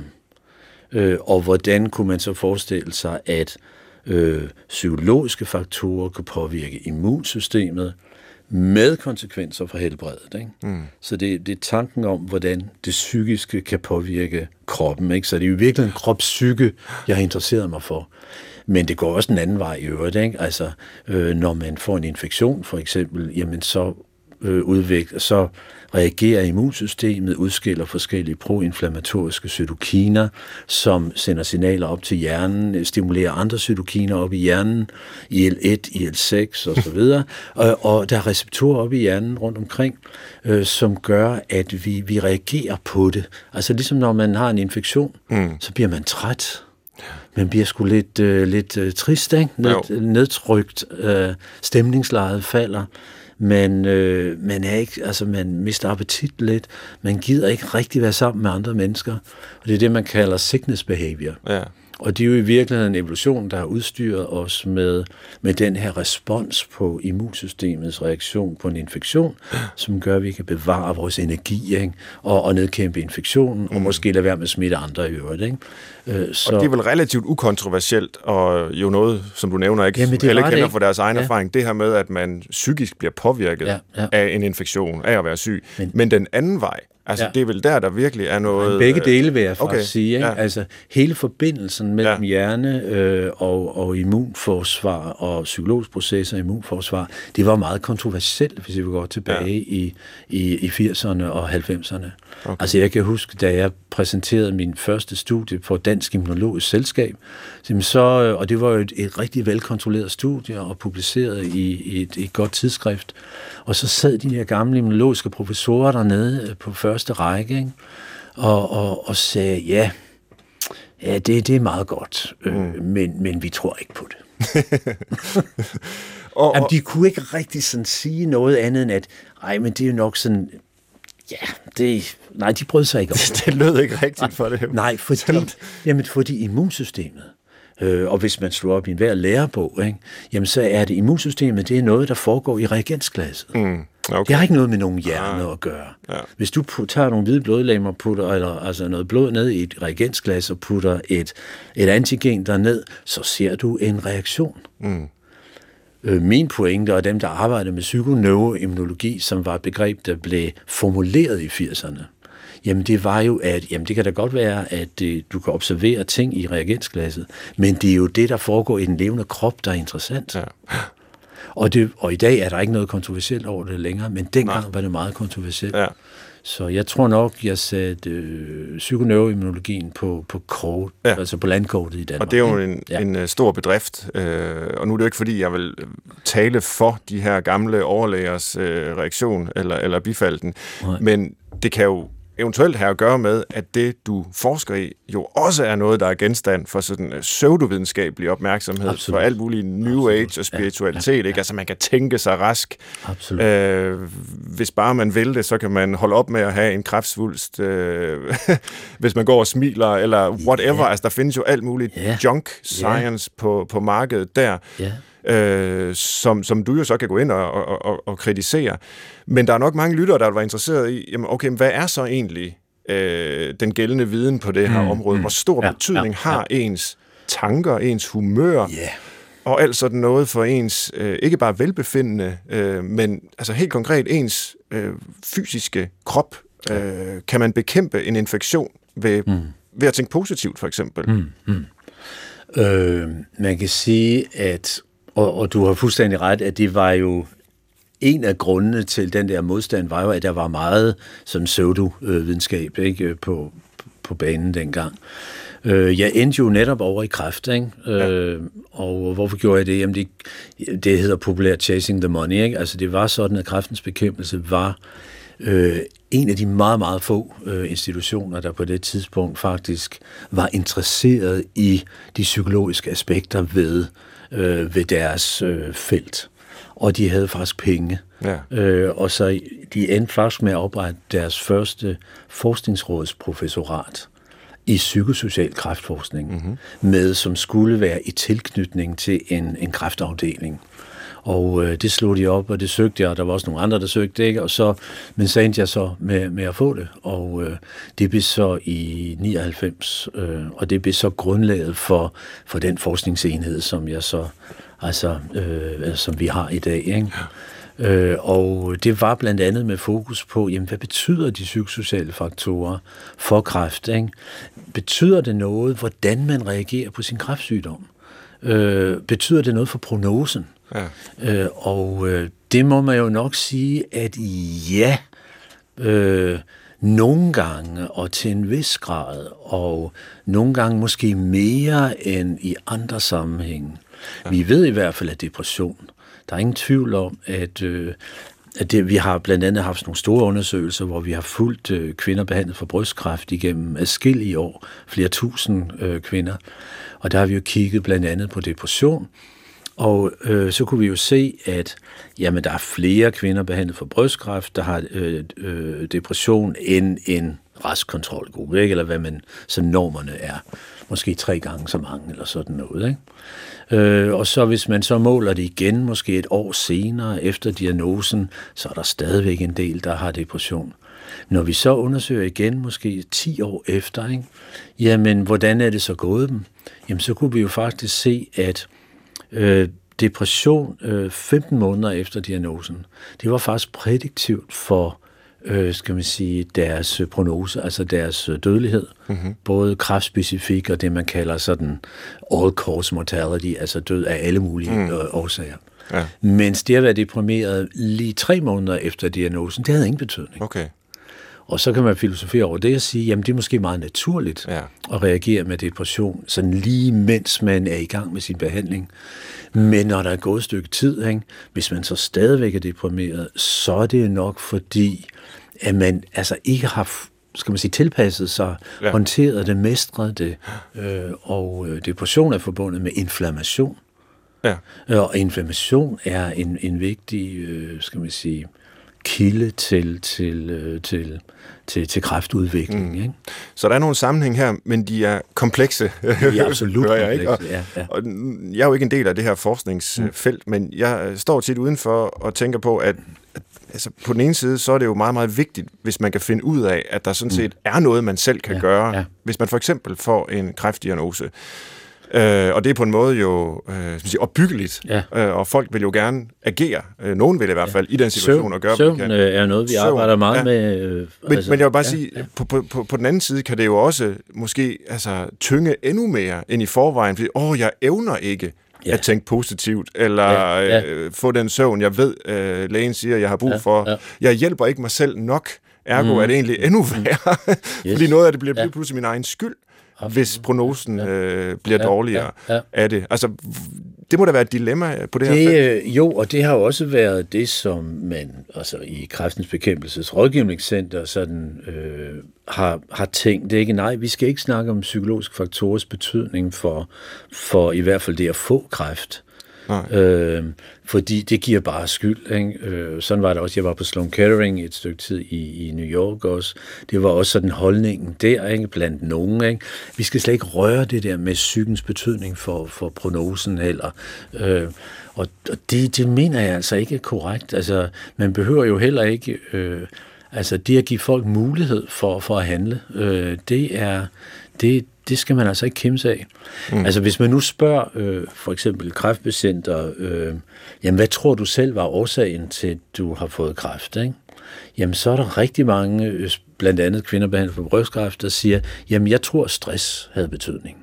Øh, og hvordan kunne man så forestille sig, at øh, psykologiske faktorer kan påvirke immunsystemet med konsekvenser for helbredet. Ikke? Mm. Så det, det er tanken om, hvordan det psykiske kan påvirke kroppen. Ikke? Så det er jo virkelig en kropspsyke, jeg har interesseret mig for. Men det går også en anden vej i øvrigt, ikke? Altså, øh, når man får en infektion, for eksempel, jamen så øh, udvikler, så reagerer immunsystemet, udskiller forskellige proinflammatoriske cytokiner, som sender signaler op til hjernen, stimulerer andre cytokiner op i hjernen, I L et, I L seks og så videre, og, og der er receptorer op i hjernen rundt omkring, øh, som gør, at vi, vi reagerer på det. Altså ligesom når man har en infektion, mm. så bliver man træt. Man bliver sgu lidt, øh, lidt øh, trist, ikke? Ned, nedtrykt, øh, stemningslejet falder. Man, øh, man, er ikke, altså man mister appetit lidt. Man gider ikke rigtig være sammen med andre mennesker. Og det er det, man kalder sickness behavior. Ja. Og det er jo i virkeligheden en evolution, der har udstyret os med, med den her respons på immunsystemets reaktion på en infektion, som gør, at vi kan bevare vores energi, ikke? Og, og nedkæmpe infektionen, mm. og måske lade være med at smitte andre i øvrigt. Ikke? Øh, så... Og det er vel relativt ukontroversielt, og jo noget, som du nævner, ikke Jamen, alle kender fra deres egen ja. erfaring, det her med, at man psykisk bliver påvirket ja, ja. af en infektion, af at være syg. Men, Men den anden vej, altså, ja. det er vel der, der virkelig er noget... Men begge dele vil jeg faktisk okay. sige. Ikke? Ja. Altså, hele forbindelsen mellem ja. hjerne øh, og, og immunforsvar og psykologiske processer og immunforsvar, det var meget kontroversielt, hvis vi går tilbage ja. i, i, i firserne og halvfemserne. Okay. Altså, jeg kan huske, da jeg præsenterede min første studie på Dansk Immunologisk Selskab, så, og det var jo et, et rigtig velkontrolleret studie og publiceret i, i et, et godt tidsskrift, og så sad de her gamle immunologiske professorer dernede på første række, ikke? Og, og, og sagde, ja, ja det, det er meget godt, mm. øh, men, men vi tror ikke på det. og, Jamen, de kunne ikke rigtig sådan sige noget andet end, at ej, men det er jo nok sådan... Ja, det... Nej, de brød sig ikke om det. Det lød ikke rigtigt for det. Nej, fordi, jamen, fordi immunsystemet, øh, og hvis man slår op i enhver lærebog, ikke, jamen, så er det immunsystemet, det er noget, der foregår i reagensglasset. Mm, okay. Det har ikke noget med nogen hjerne ah, at gøre. Ja. Hvis du tager nogle hvide blodlegemer og putter, eller altså noget blod ned i et reagensglas og putter et, et antigen derned, så ser du en reaktion. Mm. Min pointe, og dem, der arbejder med psykoneuroimmunologi, som var et begreb, der blev formuleret i firserne, jamen det var jo, at jamen det kan da godt være, at det, du kan observere ting i reagensglasset, men det er jo det, der foregår i den levende krop, der er interessant. Ja. Og, det, og i dag er der ikke noget kontroversielt over det længere, men dengang Nej. var det meget kontroversielt. Ja. Så jeg tror nok, jeg satte øh, psykoneuroimmunologien på, på kort, ja. altså på landkortet i Danmark. Og det er jo en, ja. en stor bedrift, øh, og nu er det jo ikke fordi, jeg vil tale for de her gamle overlægers øh, reaktion eller, eller bifalden, Nej. men det kan jo eventuelt have at gøre med, at det, du forsker i, jo også er noget, der er genstand for sådan uh, pseudovidenskabelig opmærksomhed, Absolut. For alt muligt New Absolut. Age og spiritualitet, ja, ja, ja. Ikke? Altså, man kan tænke sig rask. Øh, hvis bare man vil det, så kan man holde op med at have en kræftsvulst, øh, hvis man går og smiler, eller whatever. Ja. Altså, der findes jo alt muligt ja. junk science ja. på, på markedet der. Ja. Øh, som, som du jo så kan gå ind og, og, og, og kritisere. Men der er nok mange lyttere, der var interesseret i, jamen okay, hvad er så egentlig øh, den gældende viden på det her mm, område? Hvor stor ja, betydning ja, har ja. ens tanker, ens humør, yeah. og alt sådan noget for ens, øh, ikke bare velbefindende, øh, men altså helt konkret ens øh, fysiske krop. Øh, kan man bekæmpe en infektion ved, mm. ved at tænke positivt, for eksempel? Mm, mm. Øh, man kan sige, at Og, og du har fuldstændig ret, at det var jo en af grundene til den der modstand, var jo, at der var meget sådan pseudo-videnskab ikke, på, på banen dengang. Jeg endte jo netop over i kræft, ikke? Ja. Og hvorfor gjorde jeg det? Jamen det, det hedder populært chasing the money, ikke? Altså det var sådan, at kræftens bekæmpelse var øh, en af de meget, meget få øh, institutioner, der på det tidspunkt faktisk var interesseret i de psykologiske aspekter ved Øh, ved deres øh, felt. Og de havde faktisk penge. Ja. Øh, og så de endte faktisk med at oprette deres første forskningsrådsprofessorat i psykosocial kræftforskning, mm-hmm. med som skulle være i tilknytning til en, en kræftafdeling. Og øh, det slog de op, og det søgte jeg, og der var også nogle andre, der søgte, ikke? Og så, men så endte jeg så med, med at få det, og øh, det blev så i nioghalvfems, øh, og det blev så grundlaget for, for den forskningsenhed, som jeg så, altså, øh, som vi har i dag, ikke? Ja. Øh, og det var blandt andet med fokus på, jamen, hvad betyder de psykosociale faktorer for kræft, ikke? Betyder det noget, hvordan man reagerer på sin kræftsygdom? Øh, betyder det noget for prognosen? Ja. Øh, og øh, det må man jo nok sige, at ja, øh, nogle gange og til en vis grad, og nogle gange måske mere end i andre sammenhænge. Ja. Vi ved i hvert fald, at depression, der er ingen tvivl om, at, øh, at det, vi har blandt andet haft nogle store undersøgelser, hvor vi har fulgt øh, kvinder behandlet for brystkræft igennem adskillige år, flere tusind øh, kvinder, og der har vi jo kigget blandt andet på depression. Og øh, så kunne vi jo se, at jamen, der er flere kvinder behandlet for brystkræft, der har øh, øh, depression end en rask kontrolgruppe, ikke? Eller hvad man, så normerne er. Måske tre gange så mange, eller sådan noget, ikke? Øh, og så hvis man så måler det igen, måske et år senere efter diagnosen, så er der stadigvæk en del, der har depression. Når vi så undersøger igen, måske ti år efter, ikke? Jamen, hvordan er det så gået dem? Jamen, så kunne vi jo faktisk se, at Øh, depression øh, femten måneder efter diagnosen, det var faktisk prædiktivt for, øh, skal man sige, deres prognose, altså deres dødelighed, mm-hmm. både kræftspecifik og det, man kalder sådan all-cause mortality, altså død af alle mulige mm. øh, årsager. Ja. Mens det at være deprimeret lige tre måneder efter diagnosen, det havde ingen betydning. Okay. Og så kan man filosofere over det og sige, jamen det er måske meget naturligt ja. at reagere med depression, sådan lige mens man er i gang med sin behandling. Men når der er gået et stykke tid, ikke, hvis man så stadigvæk er deprimeret, så er det nok fordi, at man altså ikke har, skal man sige, tilpasset sig, ja. håndteret det, mestret det, øh, og depression er forbundet med inflammation. Ja. Og inflammation er en, en vigtig, øh, skal man sige, kilde til, til, til, til, til kræftudvikling. Mm. Ikke? Så der er nogle sammenhæng her, men de er komplekse. De er absolut jeg, komplekse, og, ja, ja. Og jeg er jo ikke en del af det her forskningsfelt, mm. men jeg står tit udenfor og tænker på, at, at altså, på den ene side, så er det jo meget, meget vigtigt, hvis man kan finde ud af, at der sådan set mm. er noget, man selv kan ja, gøre. Ja. Hvis man for eksempel får en kræftdiagnose, Øh, og det er på en måde jo øh, sige, opbyggeligt, ja. øh, og folk vil jo gerne agere, øh, nogen vil i hvert fald, ja. i den situation søvn, og gøre, søvn kan. er noget, vi søvn, arbejder meget ja. med. Øh, men, altså, men jeg vil bare ja, sige, ja. På, på, på, på den anden side kan det jo også måske altså, tynge endnu mere end i forvejen, fordi åh, jeg evner ikke ja. at tænke positivt, eller ja. Ja. Øh, få den søvn, jeg ved, øh, lægen siger, jeg har brug ja. for. Ja. Jeg hjælper ikke mig selv nok, ergo mm. er det egentlig endnu værre, yes. fordi noget af det bliver ja. pludselig min egen skyld. Absolut. Hvis prognosen ja. øh, bliver ja, dårligere ja, ja. af det. Altså, det må da være et dilemma på det, det her felt. Jo, og det har jo også været det, som man altså i Kræftens Bekæmpelses rådgivningscenter sådan, øh, har, har tænkt. Det er ikke, nej, vi skal ikke snakke om psykologiske faktorers betydning for, for i hvert fald det at få kræft. Øh, fordi det giver bare skyld, ikke? Øh, sådan var det også. Jeg var på Sloan Kettering et stykke tid i, i New York også. Det var også sådan holdningen der, ikke? Blandt nogen. Ikke? Vi skal slet ikke røre det der med psykens betydning for, for prognosen heller. Øh, og og det, det mener jeg altså ikke er korrekt. Altså, man behøver jo heller ikke... Øh, altså, det at give folk mulighed for, for at handle, øh, det er... Det, det skal man altså ikke kimse af. Mm. Altså hvis man nu spørger øh, for eksempel kræftpatienter, øh, jamen hvad tror du selv var årsagen til, at du har fået kræft? Ikke? Jamen så er der rigtig mange, øh, blandt andet kvinder behandlet for brystkræft, der siger, jamen jeg tror stress havde betydning.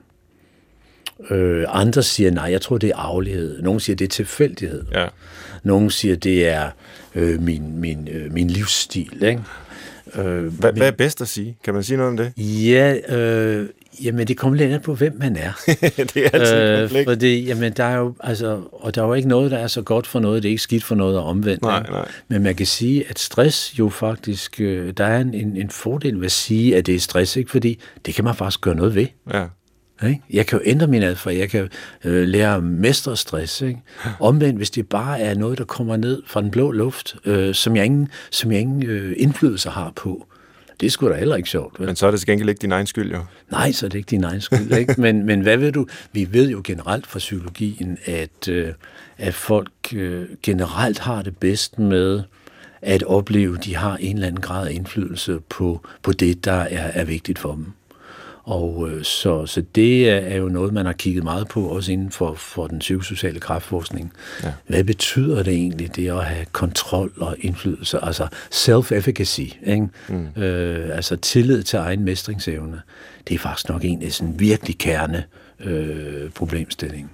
Øh, andre siger, nej, jeg tror det er arvelighed. Nogle siger, det er tilfældighed. Ja. Nogle siger, det er øh, min, min, øh, min livsstil. Ikke? Øh, hvad, hvad er bedst at sige? Kan man sige noget om det? Ja, øh, jamen det kommer lidt an på, hvem man er. Det er altid en konflikt. Øh, fordi, jamen der er jo, altså, og der er jo ikke noget, der er så godt for noget, det er ikke skidt for noget og omvendt. Nej, nej. Men man kan sige, at stress jo faktisk, øh, der er en, en, en fordel ved at sige, at det er stress, ikke? Fordi det kan man faktisk gøre noget ved. Ja. Ikke? Jeg kan jo ændre min adfærd, jeg kan øh, lære at mestre stress. Ikke? Omvendt, hvis det bare er noget, der kommer ned fra den blå luft, øh, som jeg ingen, som jeg ingen øh, indflydelse har på, det er sgu da heller ikke sjovt. Vel? Men så er det til gengæld ikke din egen skyld, jo. Nej, så er det ikke din egen skyld. Ikke? Men, men hvad ved du? Vi ved jo generelt fra psykologien, at, øh, at folk øh, generelt har det bedst med at opleve, at de har en eller anden grad af indflydelse på, på det, der er, er vigtigt for dem. Og øh, så, så det er jo noget, man har kigget meget på, også inden for, for den psykosociale kræftforskning. Ja. Hvad betyder det egentlig, det at have kontrol og indflydelse? Altså self-efficacy, ikke? Mm. Øh, altså tillid til egen mestringsevne. Det er faktisk nok en af sådan virkelig kerne øh, problemstilling.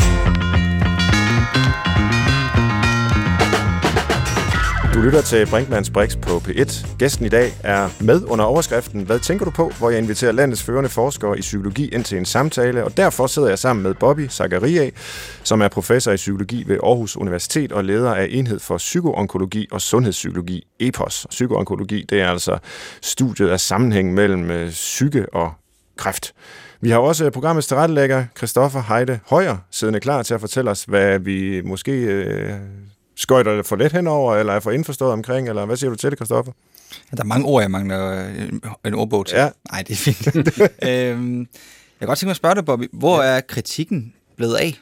Du lytter til Brinkmanns Brix på P et. Gæsten i dag er med under overskriften Hvad tænker du på?, hvor jeg inviterer landets førende forskere i psykologi ind til en samtale, og derfor sidder jeg sammen med Bobby Zachariae, som er professor i psykologi ved Aarhus Universitet og leder af Enhed for Psykoonkologi og Sundhedspsykologi, E P O S. Psykoonkologi, det er altså studiet af sammenhæng mellem psyke og kræft. Vi har også programmets tilrettelægger, Christoffer Heide Højer, siddende klar til at fortælle os, hvad vi måske... Øh, skøjter det for let henover, eller er for indforstået omkring, eller hvad siger du til det, Christoffer? Ja, der er mange ord, jeg mangler en ordbog til. Ja. Nej, det er fint. øhm, jeg kan godt tænke mig at spørge dig, Bobby, hvor ja. er kritikken blevet af?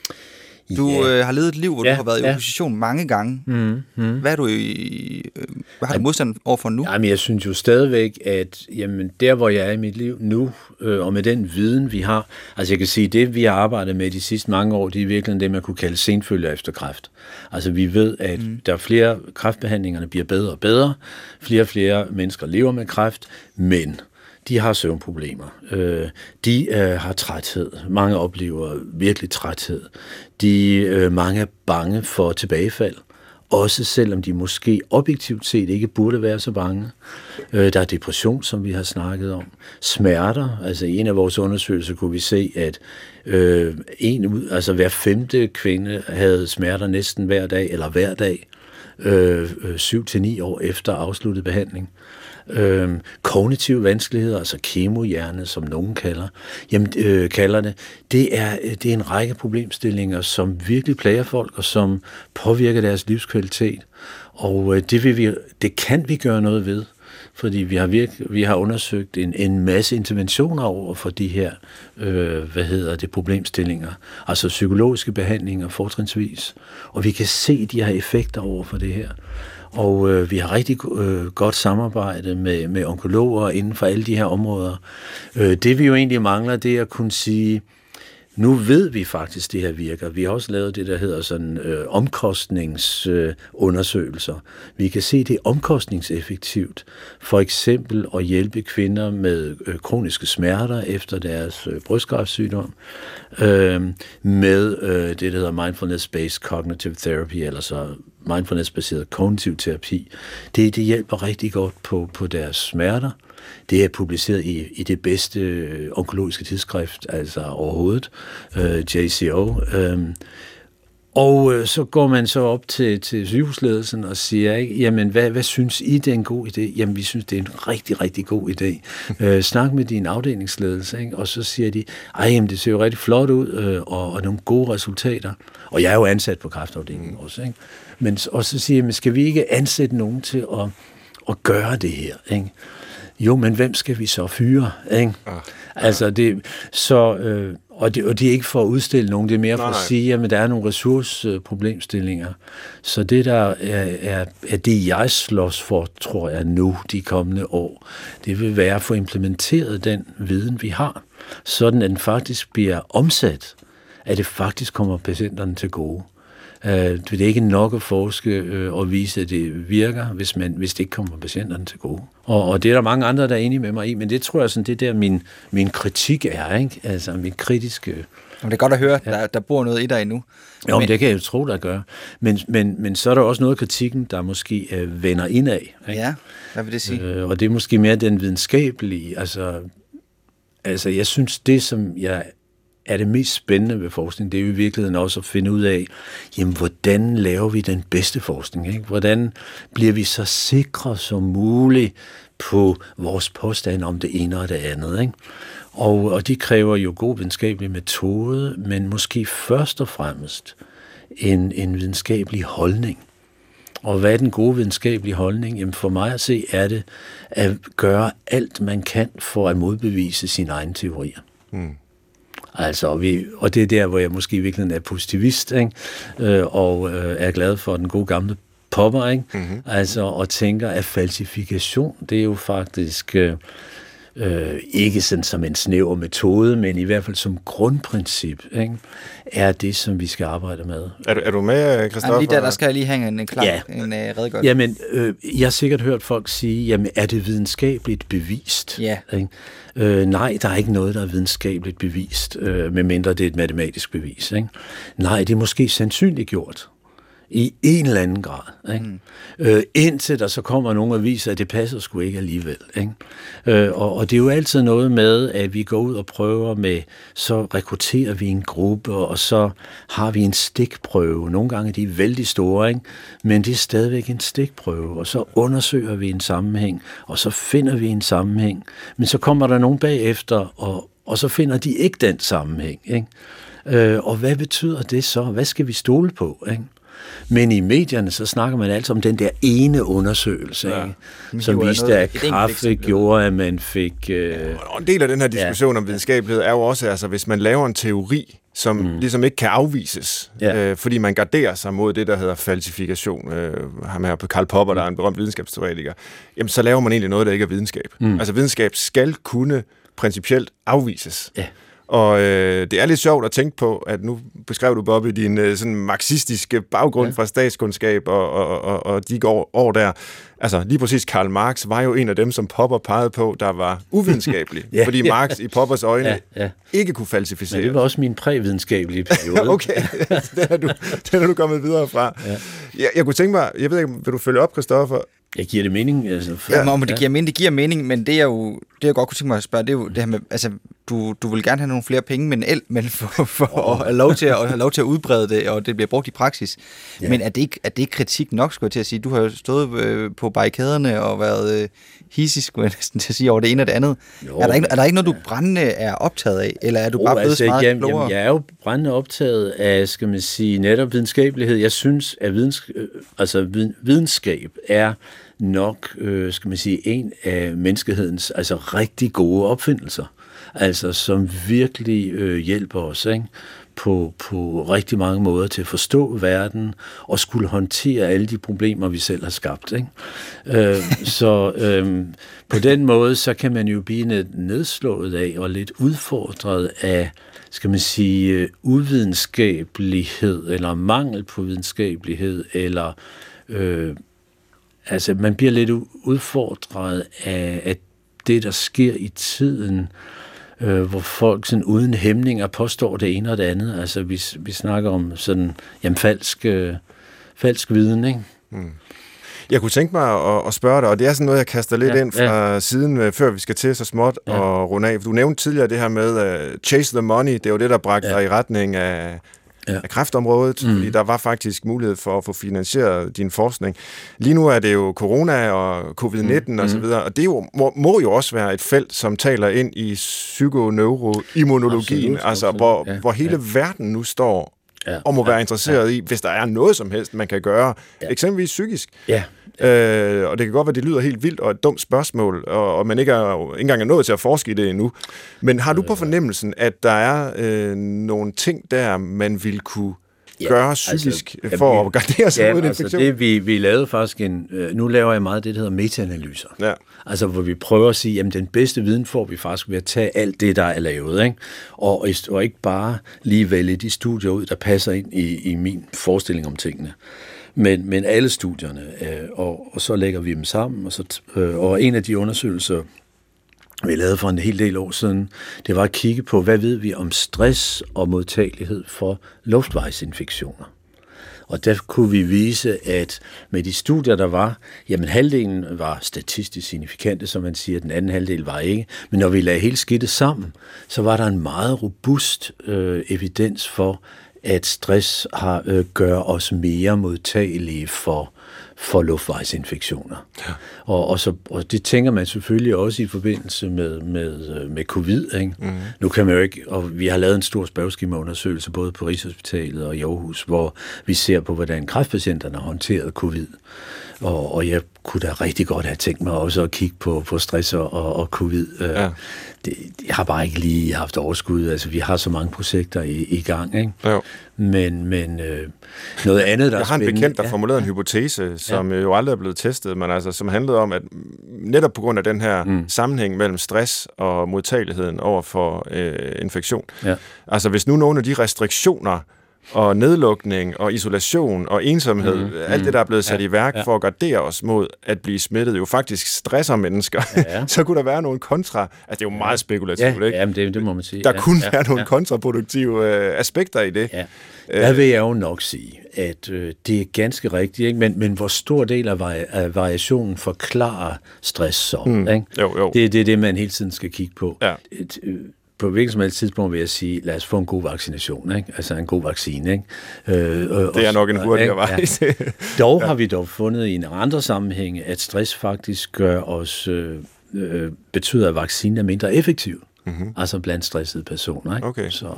Du ja. øh, har levet et liv, hvor ja, du har været i opposition ja. mange gange. Mm, mm. Hvad er du i, øh, hvad har du modstand overfor nu? Jamen, jeg synes jo stadigvæk, at jamen, der, hvor jeg er i mit liv nu, øh, og med den viden, vi har, altså jeg kan sige, det vi har arbejdet med de sidste mange år, det er virkelig det, man kunne kalde senfølger efter kræft. Altså vi ved, at mm. der er flere, kræftbehandlingerne bliver bedre og bedre, flere og flere mennesker lever med kræft, men de har søvnproblemer. Øh, de øh, har træthed. Mange oplever virkelig træthed. De øh, mange er bange for tilbagefald. Også selvom de måske objektivt set ikke burde være så bange. Øh, der er depression, som vi har snakket om. Smerter. Altså i en af vores undersøgelser kunne vi se, at øh, en ud, altså hver femte kvinde havde smerter næsten hver dag, eller hver dag, øh, syv til ni år efter afsluttet behandling. Øh, kognitive vanskeligheder, altså kemohjerne, som nogen kalder, jamen, øh, kalder det, det er, det er en række problemstillinger, som virkelig plager folk, og som påvirker deres livskvalitet. Og øh, det, vil vi, det kan vi gøre noget ved, fordi vi har, virke, vi har undersøgt en, en masse interventioner over for de her øh, hvad hedder det, problemstillinger, altså psykologiske behandlinger fortrinsvis, og vi kan se, de har effekter over for det her. Og øh, vi har rigtig øh, godt samarbejde med, med onkologer inden for alle de her områder. Øh, det vi jo egentlig mangler, det er at kunne sige, nu ved vi faktisk, det her virker. Vi har også lavet det, der hedder sådan øh, omkostningsundersøgelser. Øh, vi kan se, det er omkostningseffektivt. For eksempel at hjælpe kvinder med øh, kroniske smerter efter deres øh, brystkræftsygdom, øh, med øh, det, der hedder mindfulness-based cognitive therapy, eller så mindfulness-baseret kognitiv terapi. Det, det hjælper rigtig godt på, på deres smerter. Det er publiceret i, i det bedste onkologiske tidsskrift, altså overhovedet, øh, J C O. Øh, Og øh, så går man så op til, til sygehusledelsen og siger, ikke, jamen, hvad, hvad synes I, det er en god idé? Jamen, vi synes, det er en rigtig, rigtig god idé. øh, snak med din afdelingsledelse, ikke? Og så siger de, ej, jamen, det ser jo rigtig flot ud, øh, og, og nogle gode resultater. Og jeg er jo ansat på kræftafdelingen også, ikke? Men, og så siger jeg, skal vi ikke ansætte nogen til at, at gøre det her, ikke? Jo, men hvem skal vi så fyre, ikke? Ah, ah. Altså, det, så... Øh, Og det, og det er ikke for at udstille nogen, det er mere for nej, nej. at sige, at der er nogle ressourceproblemstillinger. Så det, der er, er, er det, jeg slås for, tror jeg nu, de kommende år, det vil være at få implementeret den viden, vi har, sådan at den faktisk bliver omsat, at det faktisk kommer patienterne til gode. Uh, det er ikke nok at forske uh, og vise, at det virker, hvis, man, hvis det ikke kommer patienterne til gode. Og, og det er der mange andre, der er enige med mig i, men det tror jeg sådan, det der min, min kritik er, ikke? Altså min kritiske... Det er godt at høre, ja. der, der bor noget i dig endnu. Jo, men det kan jeg jo tro, der gør. Men, men, men så er der også noget af kritikken, der måske uh, vender indad. Ikke? Ja, hvad vil det sige? Uh, og det er måske mere den videnskabelige. Altså, altså jeg synes, det som jeg... er det mest spændende ved forskning, det er jo i virkeligheden også at finde ud af, jamen, hvordan laver vi den bedste forskning? Ikke? Hvordan bliver vi så sikre som muligt på vores påstand om det ene og det andet? Ikke? Og, og de kræver jo god videnskabelig metode, men måske først og fremmest en, en videnskabelig holdning. Og hvad er den gode videnskabelige holdning? Jamen for mig at se, er det at gøre alt, man kan for at modbevise sine egne teorier. Mm. Altså, vi, og det er der, hvor jeg måske i virkeligheden er positivist, ikke? Øh, og øh, er glad for den gode gamle Popper, ikke? Mm-hmm. Altså, og tænker, at falsifikation, det er jo faktisk øh, øh, ikke sådan som en snæver metode, men i hvert fald som grundprincip, ikke? Er det, som vi skal arbejde med. Er du, er du med, Christoffer? Lige der, der skal jeg lige hænge en, en klar ja. en, uh, redegørelse. Jamen, øh, jeg har sikkert hørt folk sige, jamen, er det videnskabeligt bevist? Ja. Ikke? Øh, nej, der er ikke noget, der er videnskabeligt bevist, øh, medmindre det er et matematisk bevis. Ikke? Nej, det er måske sandsynliggjort i en eller anden grad. Ikke? Mm. Øh, indtil der så kommer nogen og viser, at det passer sgu ikke alligevel. Ikke? Øh, og, og det er jo altid noget med, at vi går ud og prøver med, så rekrutterer vi en gruppe, og så har vi en stikprøve. Nogle gange er de vældig store, ikke? Men det er stadigvæk en stikprøve, og så undersøger vi en sammenhæng, og så finder vi en sammenhæng. Men så kommer der nogen bagefter, og, og så finder de ikke den sammenhæng. Ikke? Øh, og hvad betyder det så? Hvad skal vi stole på? Ikke? Men i medierne, så snakker man altså om den der ene undersøgelse, ja. som viste, at kaffe gjorde, at man fik... Øh... Ja, og en del af den her diskussion ja. om videnskabelighed er jo også, altså, hvis man laver en teori, som mm. ligesom ikke kan afvises, ja. øh, fordi man garderer sig mod det, der hedder falsifikation. Øh, ham her på Karl Popper, der er en berømt videnskabsteoretiker. Jamen, så laver man egentlig noget, der ikke er videnskab. Mm. Altså, videnskab skal kunne principielt afvises. Ja. Og øh, det er lidt sjovt at tænke på, at nu beskrev du, Bobby, din øh, sådan marxistiske baggrund ja. fra statskundskab og, og, og, og de år, år der. Altså lige præcis Karl Marx var jo en af dem, som Popper pegede på, der var uvidenskabelig. ja, fordi ja. Marx i Poppers øjne ja, ja. ikke kunne falsificere. Men det var også min prævidenskabelige periode. okay, den er, du, den er du kommet videre fra. Ja. Jeg, jeg kunne tænke mig, jeg ved ikke, vil du følge op, Christoffer? Jeg giver det mening. Altså, for, ja, om det giver mening, det giver mening, men det er jo, det jeg godt kunne tænke mig at spørge, det er jo det her med, altså, du, du vil gerne have nogle flere penge, men, el, men for, for oh. at, have lov til at, at have lov til at udbrede det, og det bliver brugt i praksis. Ja. Men er det, ikke, er det ikke kritik nok, skulle jeg til at sige? Du har jo stået øh, på barrikaderne og været øh, hissig, skulle jeg næsten til at sige, over det ene og det andet. Jo, er, der ikke, er der ikke noget, du brændende er optaget af, eller er du oh, bare blevet altså, meget jamen, klogere? Jamen, jeg er jo brændende optaget af, skal man sige, netop videnskabelighed. Jeg synes, at videns, altså, videnskab er nok, øh, skal man sige, en af menneskehedens altså rigtig gode opfindelser, altså som virkelig øh, hjælper os, ikke? På, på rigtig mange måder til at forstå verden og skulle håndtere alle de problemer, vi selv har skabt. Ikke? Øh, så øh, på den måde, så kan man jo blive nedslået af og lidt udfordret af, skal man sige, uvidenskabelighed eller mangel på videnskabelighed, eller øh, altså man bliver lidt udfordret af, af det, der sker i tiden, øh, hvor folk sådan uden hæmninger påstår det ene og det andet. Altså vi, vi snakker om sådan, jamen falsk, øh, falsk viden, ikke? Mm. Jeg kunne tænke mig at, at spørge dig, og det er sådan noget, jeg kaster lidt ja, ind fra ja. siden, før vi skal til så småt ja. og runde af. Du nævnte tidligere det her med uh, chase the money, det er jo det, der bragte ja. dig i retning af, ja. af kræftområdet, mm. fordi der var faktisk mulighed for at få finansieret din forskning. Lige nu er det jo corona og covid nitten mm. og så videre, og det jo, må, må jo også være et felt, som taler ind i psykoneuroimmunologien, absolut, altså absolut. Hvor, ja. hvor hele ja. verden nu står ja. og må ja. være interesseret ja. i, hvis der er noget som helst, man kan gøre, ja. eksempelvis psykisk. Ja. Øh, og det kan godt være, det lyder helt vildt og et dumt spørgsmål, og, og man ikke, er, ikke engang er nået til at forske i det endnu. Men har du på fornemmelsen, at der er øh, nogle ting der, man vil kunne ja, gøre psykisk altså, for ja, vi, at gardere sig ja, mod en altså infektion? Det, vi, vi lavede faktisk en... Øh, nu laver jeg meget det, der hedder meta-analyser. Ja. Altså, hvor vi prøver at sige, at den bedste viden får vi faktisk ved at tage alt det, der er lavet, ikke? Og, og ikke bare lige vælge de studier ud, der passer ind i, i min forestilling om tingene. Men, men alle studierne, øh, og, og så lægger vi dem sammen. Og, så, øh, og en af de undersøgelser, vi lavede for en hel del år siden, det var at kigge på, hvad ved vi om stress og modtagelighed for luftvejsinfektioner. Og der kunne vi vise, at med de studier, der var, jamen halvdelen var statistisk signifikante, som man siger, den anden halvdel var ikke. Men når vi lagde hele skidtet sammen, så var der en meget robust øh, evidens for, at stress har øh, gør os mere modtagelige for, for luftvejsinfektioner. Ja. Og, og, så, og det tænker man selvfølgelig også i forbindelse med, med, med covid. Ikke? Mm. Nu kan man jo ikke, og vi har lavet en stor spørgeskemaundersøgelse både på Rigshospitalet og i Aarhus, hvor vi ser på, hvordan kræftpatienterne har håndteret covid. Og, og jeg kunne da rigtig godt have tænkt mig også at kigge på, på stress og, og covid. Ja. Det, jeg har bare ikke lige haft overskud. Altså, vi har så mange projekter i, i gang, ikke? Jo. Men, men øh, noget andet, der jeg er spændende... Jeg har en bekendt, der ja. formulerede en hypotese, som ja. jo aldrig er blevet testet, men altså, som handlede om, at netop på grund af den her mm. sammenhæng mellem stress og modtageligheden over for øh, infektion. Ja. Altså, hvis nu nogle af de restriktioner og nedlukning og isolation og ensomhed, mm, alt det, der er blevet sat ja, i værk ja. for at gardere os mod at blive smittet, jo faktisk stresser mennesker, ja, ja. så kunne der være nogle kontra... Altså, det er jo meget spekulativt, ja, ikke? Ja, det, det må man sige. Der ja, kunne ja, være nogle ja. kontraproduktive øh, aspekter i det. Ja. Der vil jeg jo nok sige, at øh, det er ganske rigtigt, ikke? Men, men hvor stor del af, vari- af variationen forklarer stress så, mm, ikke? Jo, jo. Det, det er det, man hele tiden skal kigge på. Ja. Et, øh, På hvilket som helst tidspunkt vil jeg sige, lad os få en god vaccination, ikke? Altså en god vaccine, ikke? Øh, og, det er nok en hurtigere vej. Ja. Dog ja. har vi dog fundet i en andre sammenhæng, at stress faktisk gør os, øh, øh, betyder, at vaccinen er mindre effektiv. Mm-hmm. Altså blandt stressede personer, ikke? Okay. Så...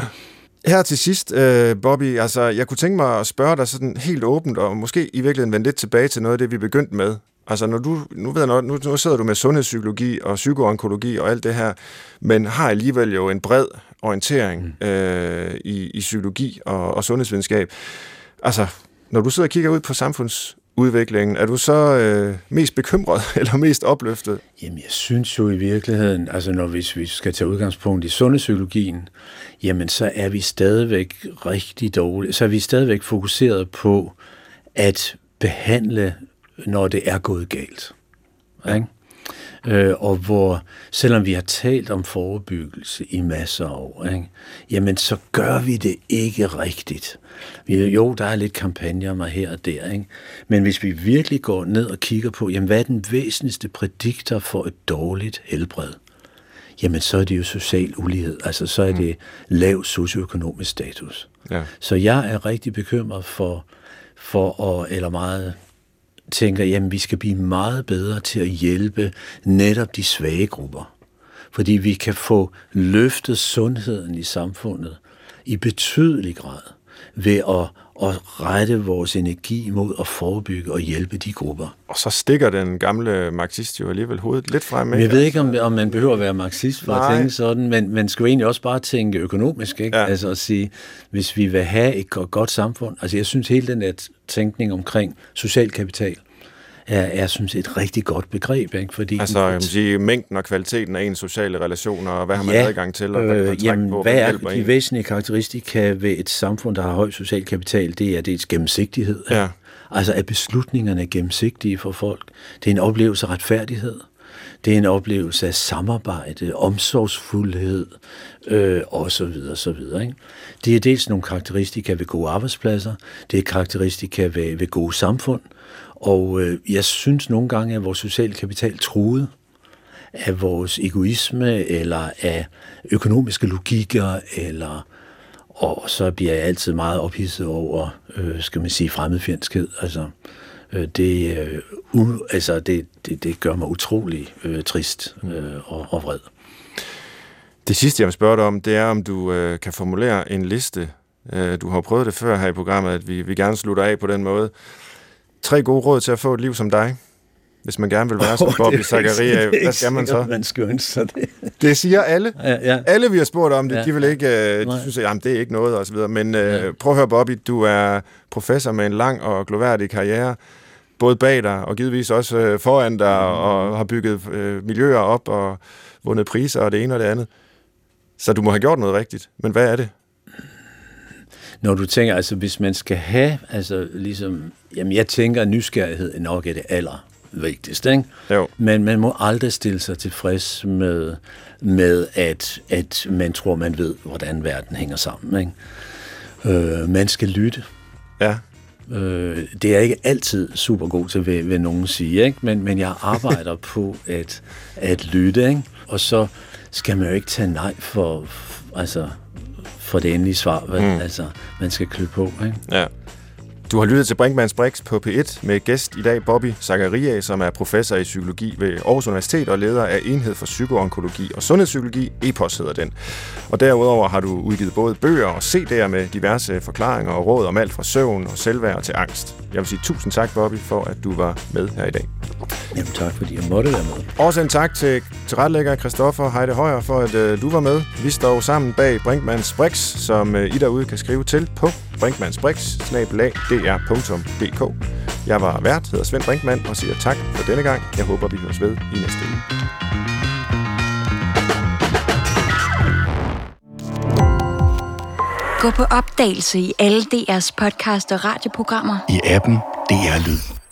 Her til sidst, øh, Bobby, altså jeg kunne tænke mig at spørge dig sådan helt åbent, og måske i virkeligheden vende lidt tilbage til noget af det, vi begyndte med. Altså, når du, nu, ved jeg, nu, nu sidder du med sundhedspsykologi og psykoonkologi og alt det her, men har alligevel jo en bred orientering mm. øh, i, i psykologi og, og sundhedsvidenskab. Altså, når du sidder og kigger ud på samfundsudviklingen, er du så øh, mest bekymret eller mest opløftet? Jamen, jeg synes jo i virkeligheden, altså når vi, vi skal tage udgangspunkt i sundhedspsykologien, jamen så er vi stadigvæk rigtig dårlige, så er vi stadigvæk fokuseret på at behandle, når det er gået galt. Ikke? Øh, og hvor, selvom vi har talt om forebyggelse i masser af år, ikke? Jamen så gør vi det ikke rigtigt. Vi, jo, der er lidt kampagner med her og der, ikke? Men hvis vi virkelig går ned og kigger på, jamen hvad er den væsentligste prædiktor for et dårligt helbred? Jamen så er det jo social ulighed, altså så er det lav socioøkonomisk status. Ja. Så jeg er rigtig bekymret for, for at, eller meget tænker, jamen vi skal blive meget bedre til at hjælpe netop de svage grupper. Fordi vi kan få løftet sundheden i samfundet i betydelig grad ved at, at rette vores energi mod at forebygge og hjælpe de grupper. Og så stikker den gamle marxist jo alligevel hovedet lidt frem. Jeg ved ikke, om, om man behøver at være marxist for Nej. at tænke sådan, men man skal jo egentlig også bare tænke økonomisk, ikke? Ja. Altså at sige, hvis vi vil have et godt samfund, altså jeg synes hele den der tænkning omkring social kapital, er, er synes et rigtig godt begreb, ikke? Fordi altså jeg sige, mængden og kvaliteten af ens sociale relationer, og hvad har man ja, adgang til, og hvad kan man trække jamen, på? Hvad er de en? væsentlige karakteristika ved et samfund, der har høj social kapital? Det er dels gennemsigtighed. Ja. Altså at beslutningerne er gennemsigtige for folk. Det er en oplevelse af retfærdighed. Det er en oplevelse af samarbejde, omsorgsfuldhed, øh, og så videre, så videre, ikke? Det er dels nogle karakteristika ved gode arbejdspladser, det er karakteristika ved, ved gode samfund, Og øh, jeg synes nogle gange, at vores sociale kapital truet af vores egoisme, eller af økonomiske logikker, eller og så bliver jeg altid meget ophidset over, øh, skal man sige, fremmedfjendskhed. Altså, øh, det, øh, u, altså det, det, det gør mig utrolig øh, trist øh, og, og vred. Det sidste, jeg vil spørge dig om, det er, om du øh, kan formulere en liste. Øh, du har prøvet det før her i programmet, at vi, vi gerne slutter af på den måde. Tre gode råd til at få et liv som dig. Hvis man gerne vil være oh, som Bobby Zachariae, hvad skal man så? Man skal ønske sig det. Det siger alle. Ja, ja. Alle, vi har spurgt om det, ja, de vil ikke, de nej. synes, at jamen, det er ikke noget, og så videre. Men ja. øh, prøv at høre, Bobby, du er professor med en lang og gloværdig karriere, både bag dig og givetvis også øh, foran dig, mm. og har bygget øh, miljøer op og vundet priser og det ene og det andet. Så du må have gjort noget rigtigt. Men hvad er det? Når du tænker, altså hvis man skal have, altså ligesom, jamen jeg tænker, at nysgerrighed er nok er det aller vigtigste, ikke? Jo. Men man må aldrig stille sig tilfreds med, med at, at man tror, man ved, hvordan verden hænger sammen, ikke? Øh, man skal lytte. Ja. Øh, det er ikke altid super god til, vil, vil nogen sige, ikke? Men, men jeg arbejder på at, at lytte, ikke? Og så skal man jo ikke tage nej for, altså, for det endelige svar. Mm. Altså, man skal klø på, ikke? Ja. Du har lyttet til Brinkmanns Brix på P et med gæst i dag Bobby Zachariae, som er professor i psykologi ved Aarhus Universitet og leder af Enhed for Psykoonkologi og Sundhedspsykologi, E P O S hedder den. Og derudover har du udgivet både bøger og C D'er med diverse forklaringer og råd om alt fra søvn og selvværd til angst. Jeg vil sige tusind tak, Bobby, for at du var med her i dag. Jamen tak, fordi jeg måtte være med. Også en tak til tilrettelægger Christoffer Heide Højer for, at øh, du var med. Vi står sammen bag Brinkmanns Brix, som øh, I derude kan skrive til på brinkmannsbrix bindestreg d r punktum d k. Jeg var vært, hedder Svend Brinkmann, og siger tak for denne gang. Jeg håber, vi høres ved i næste uge. Gå på opdagelse i alle D R's podcast og radioprogrammer. I appen D R Lyd.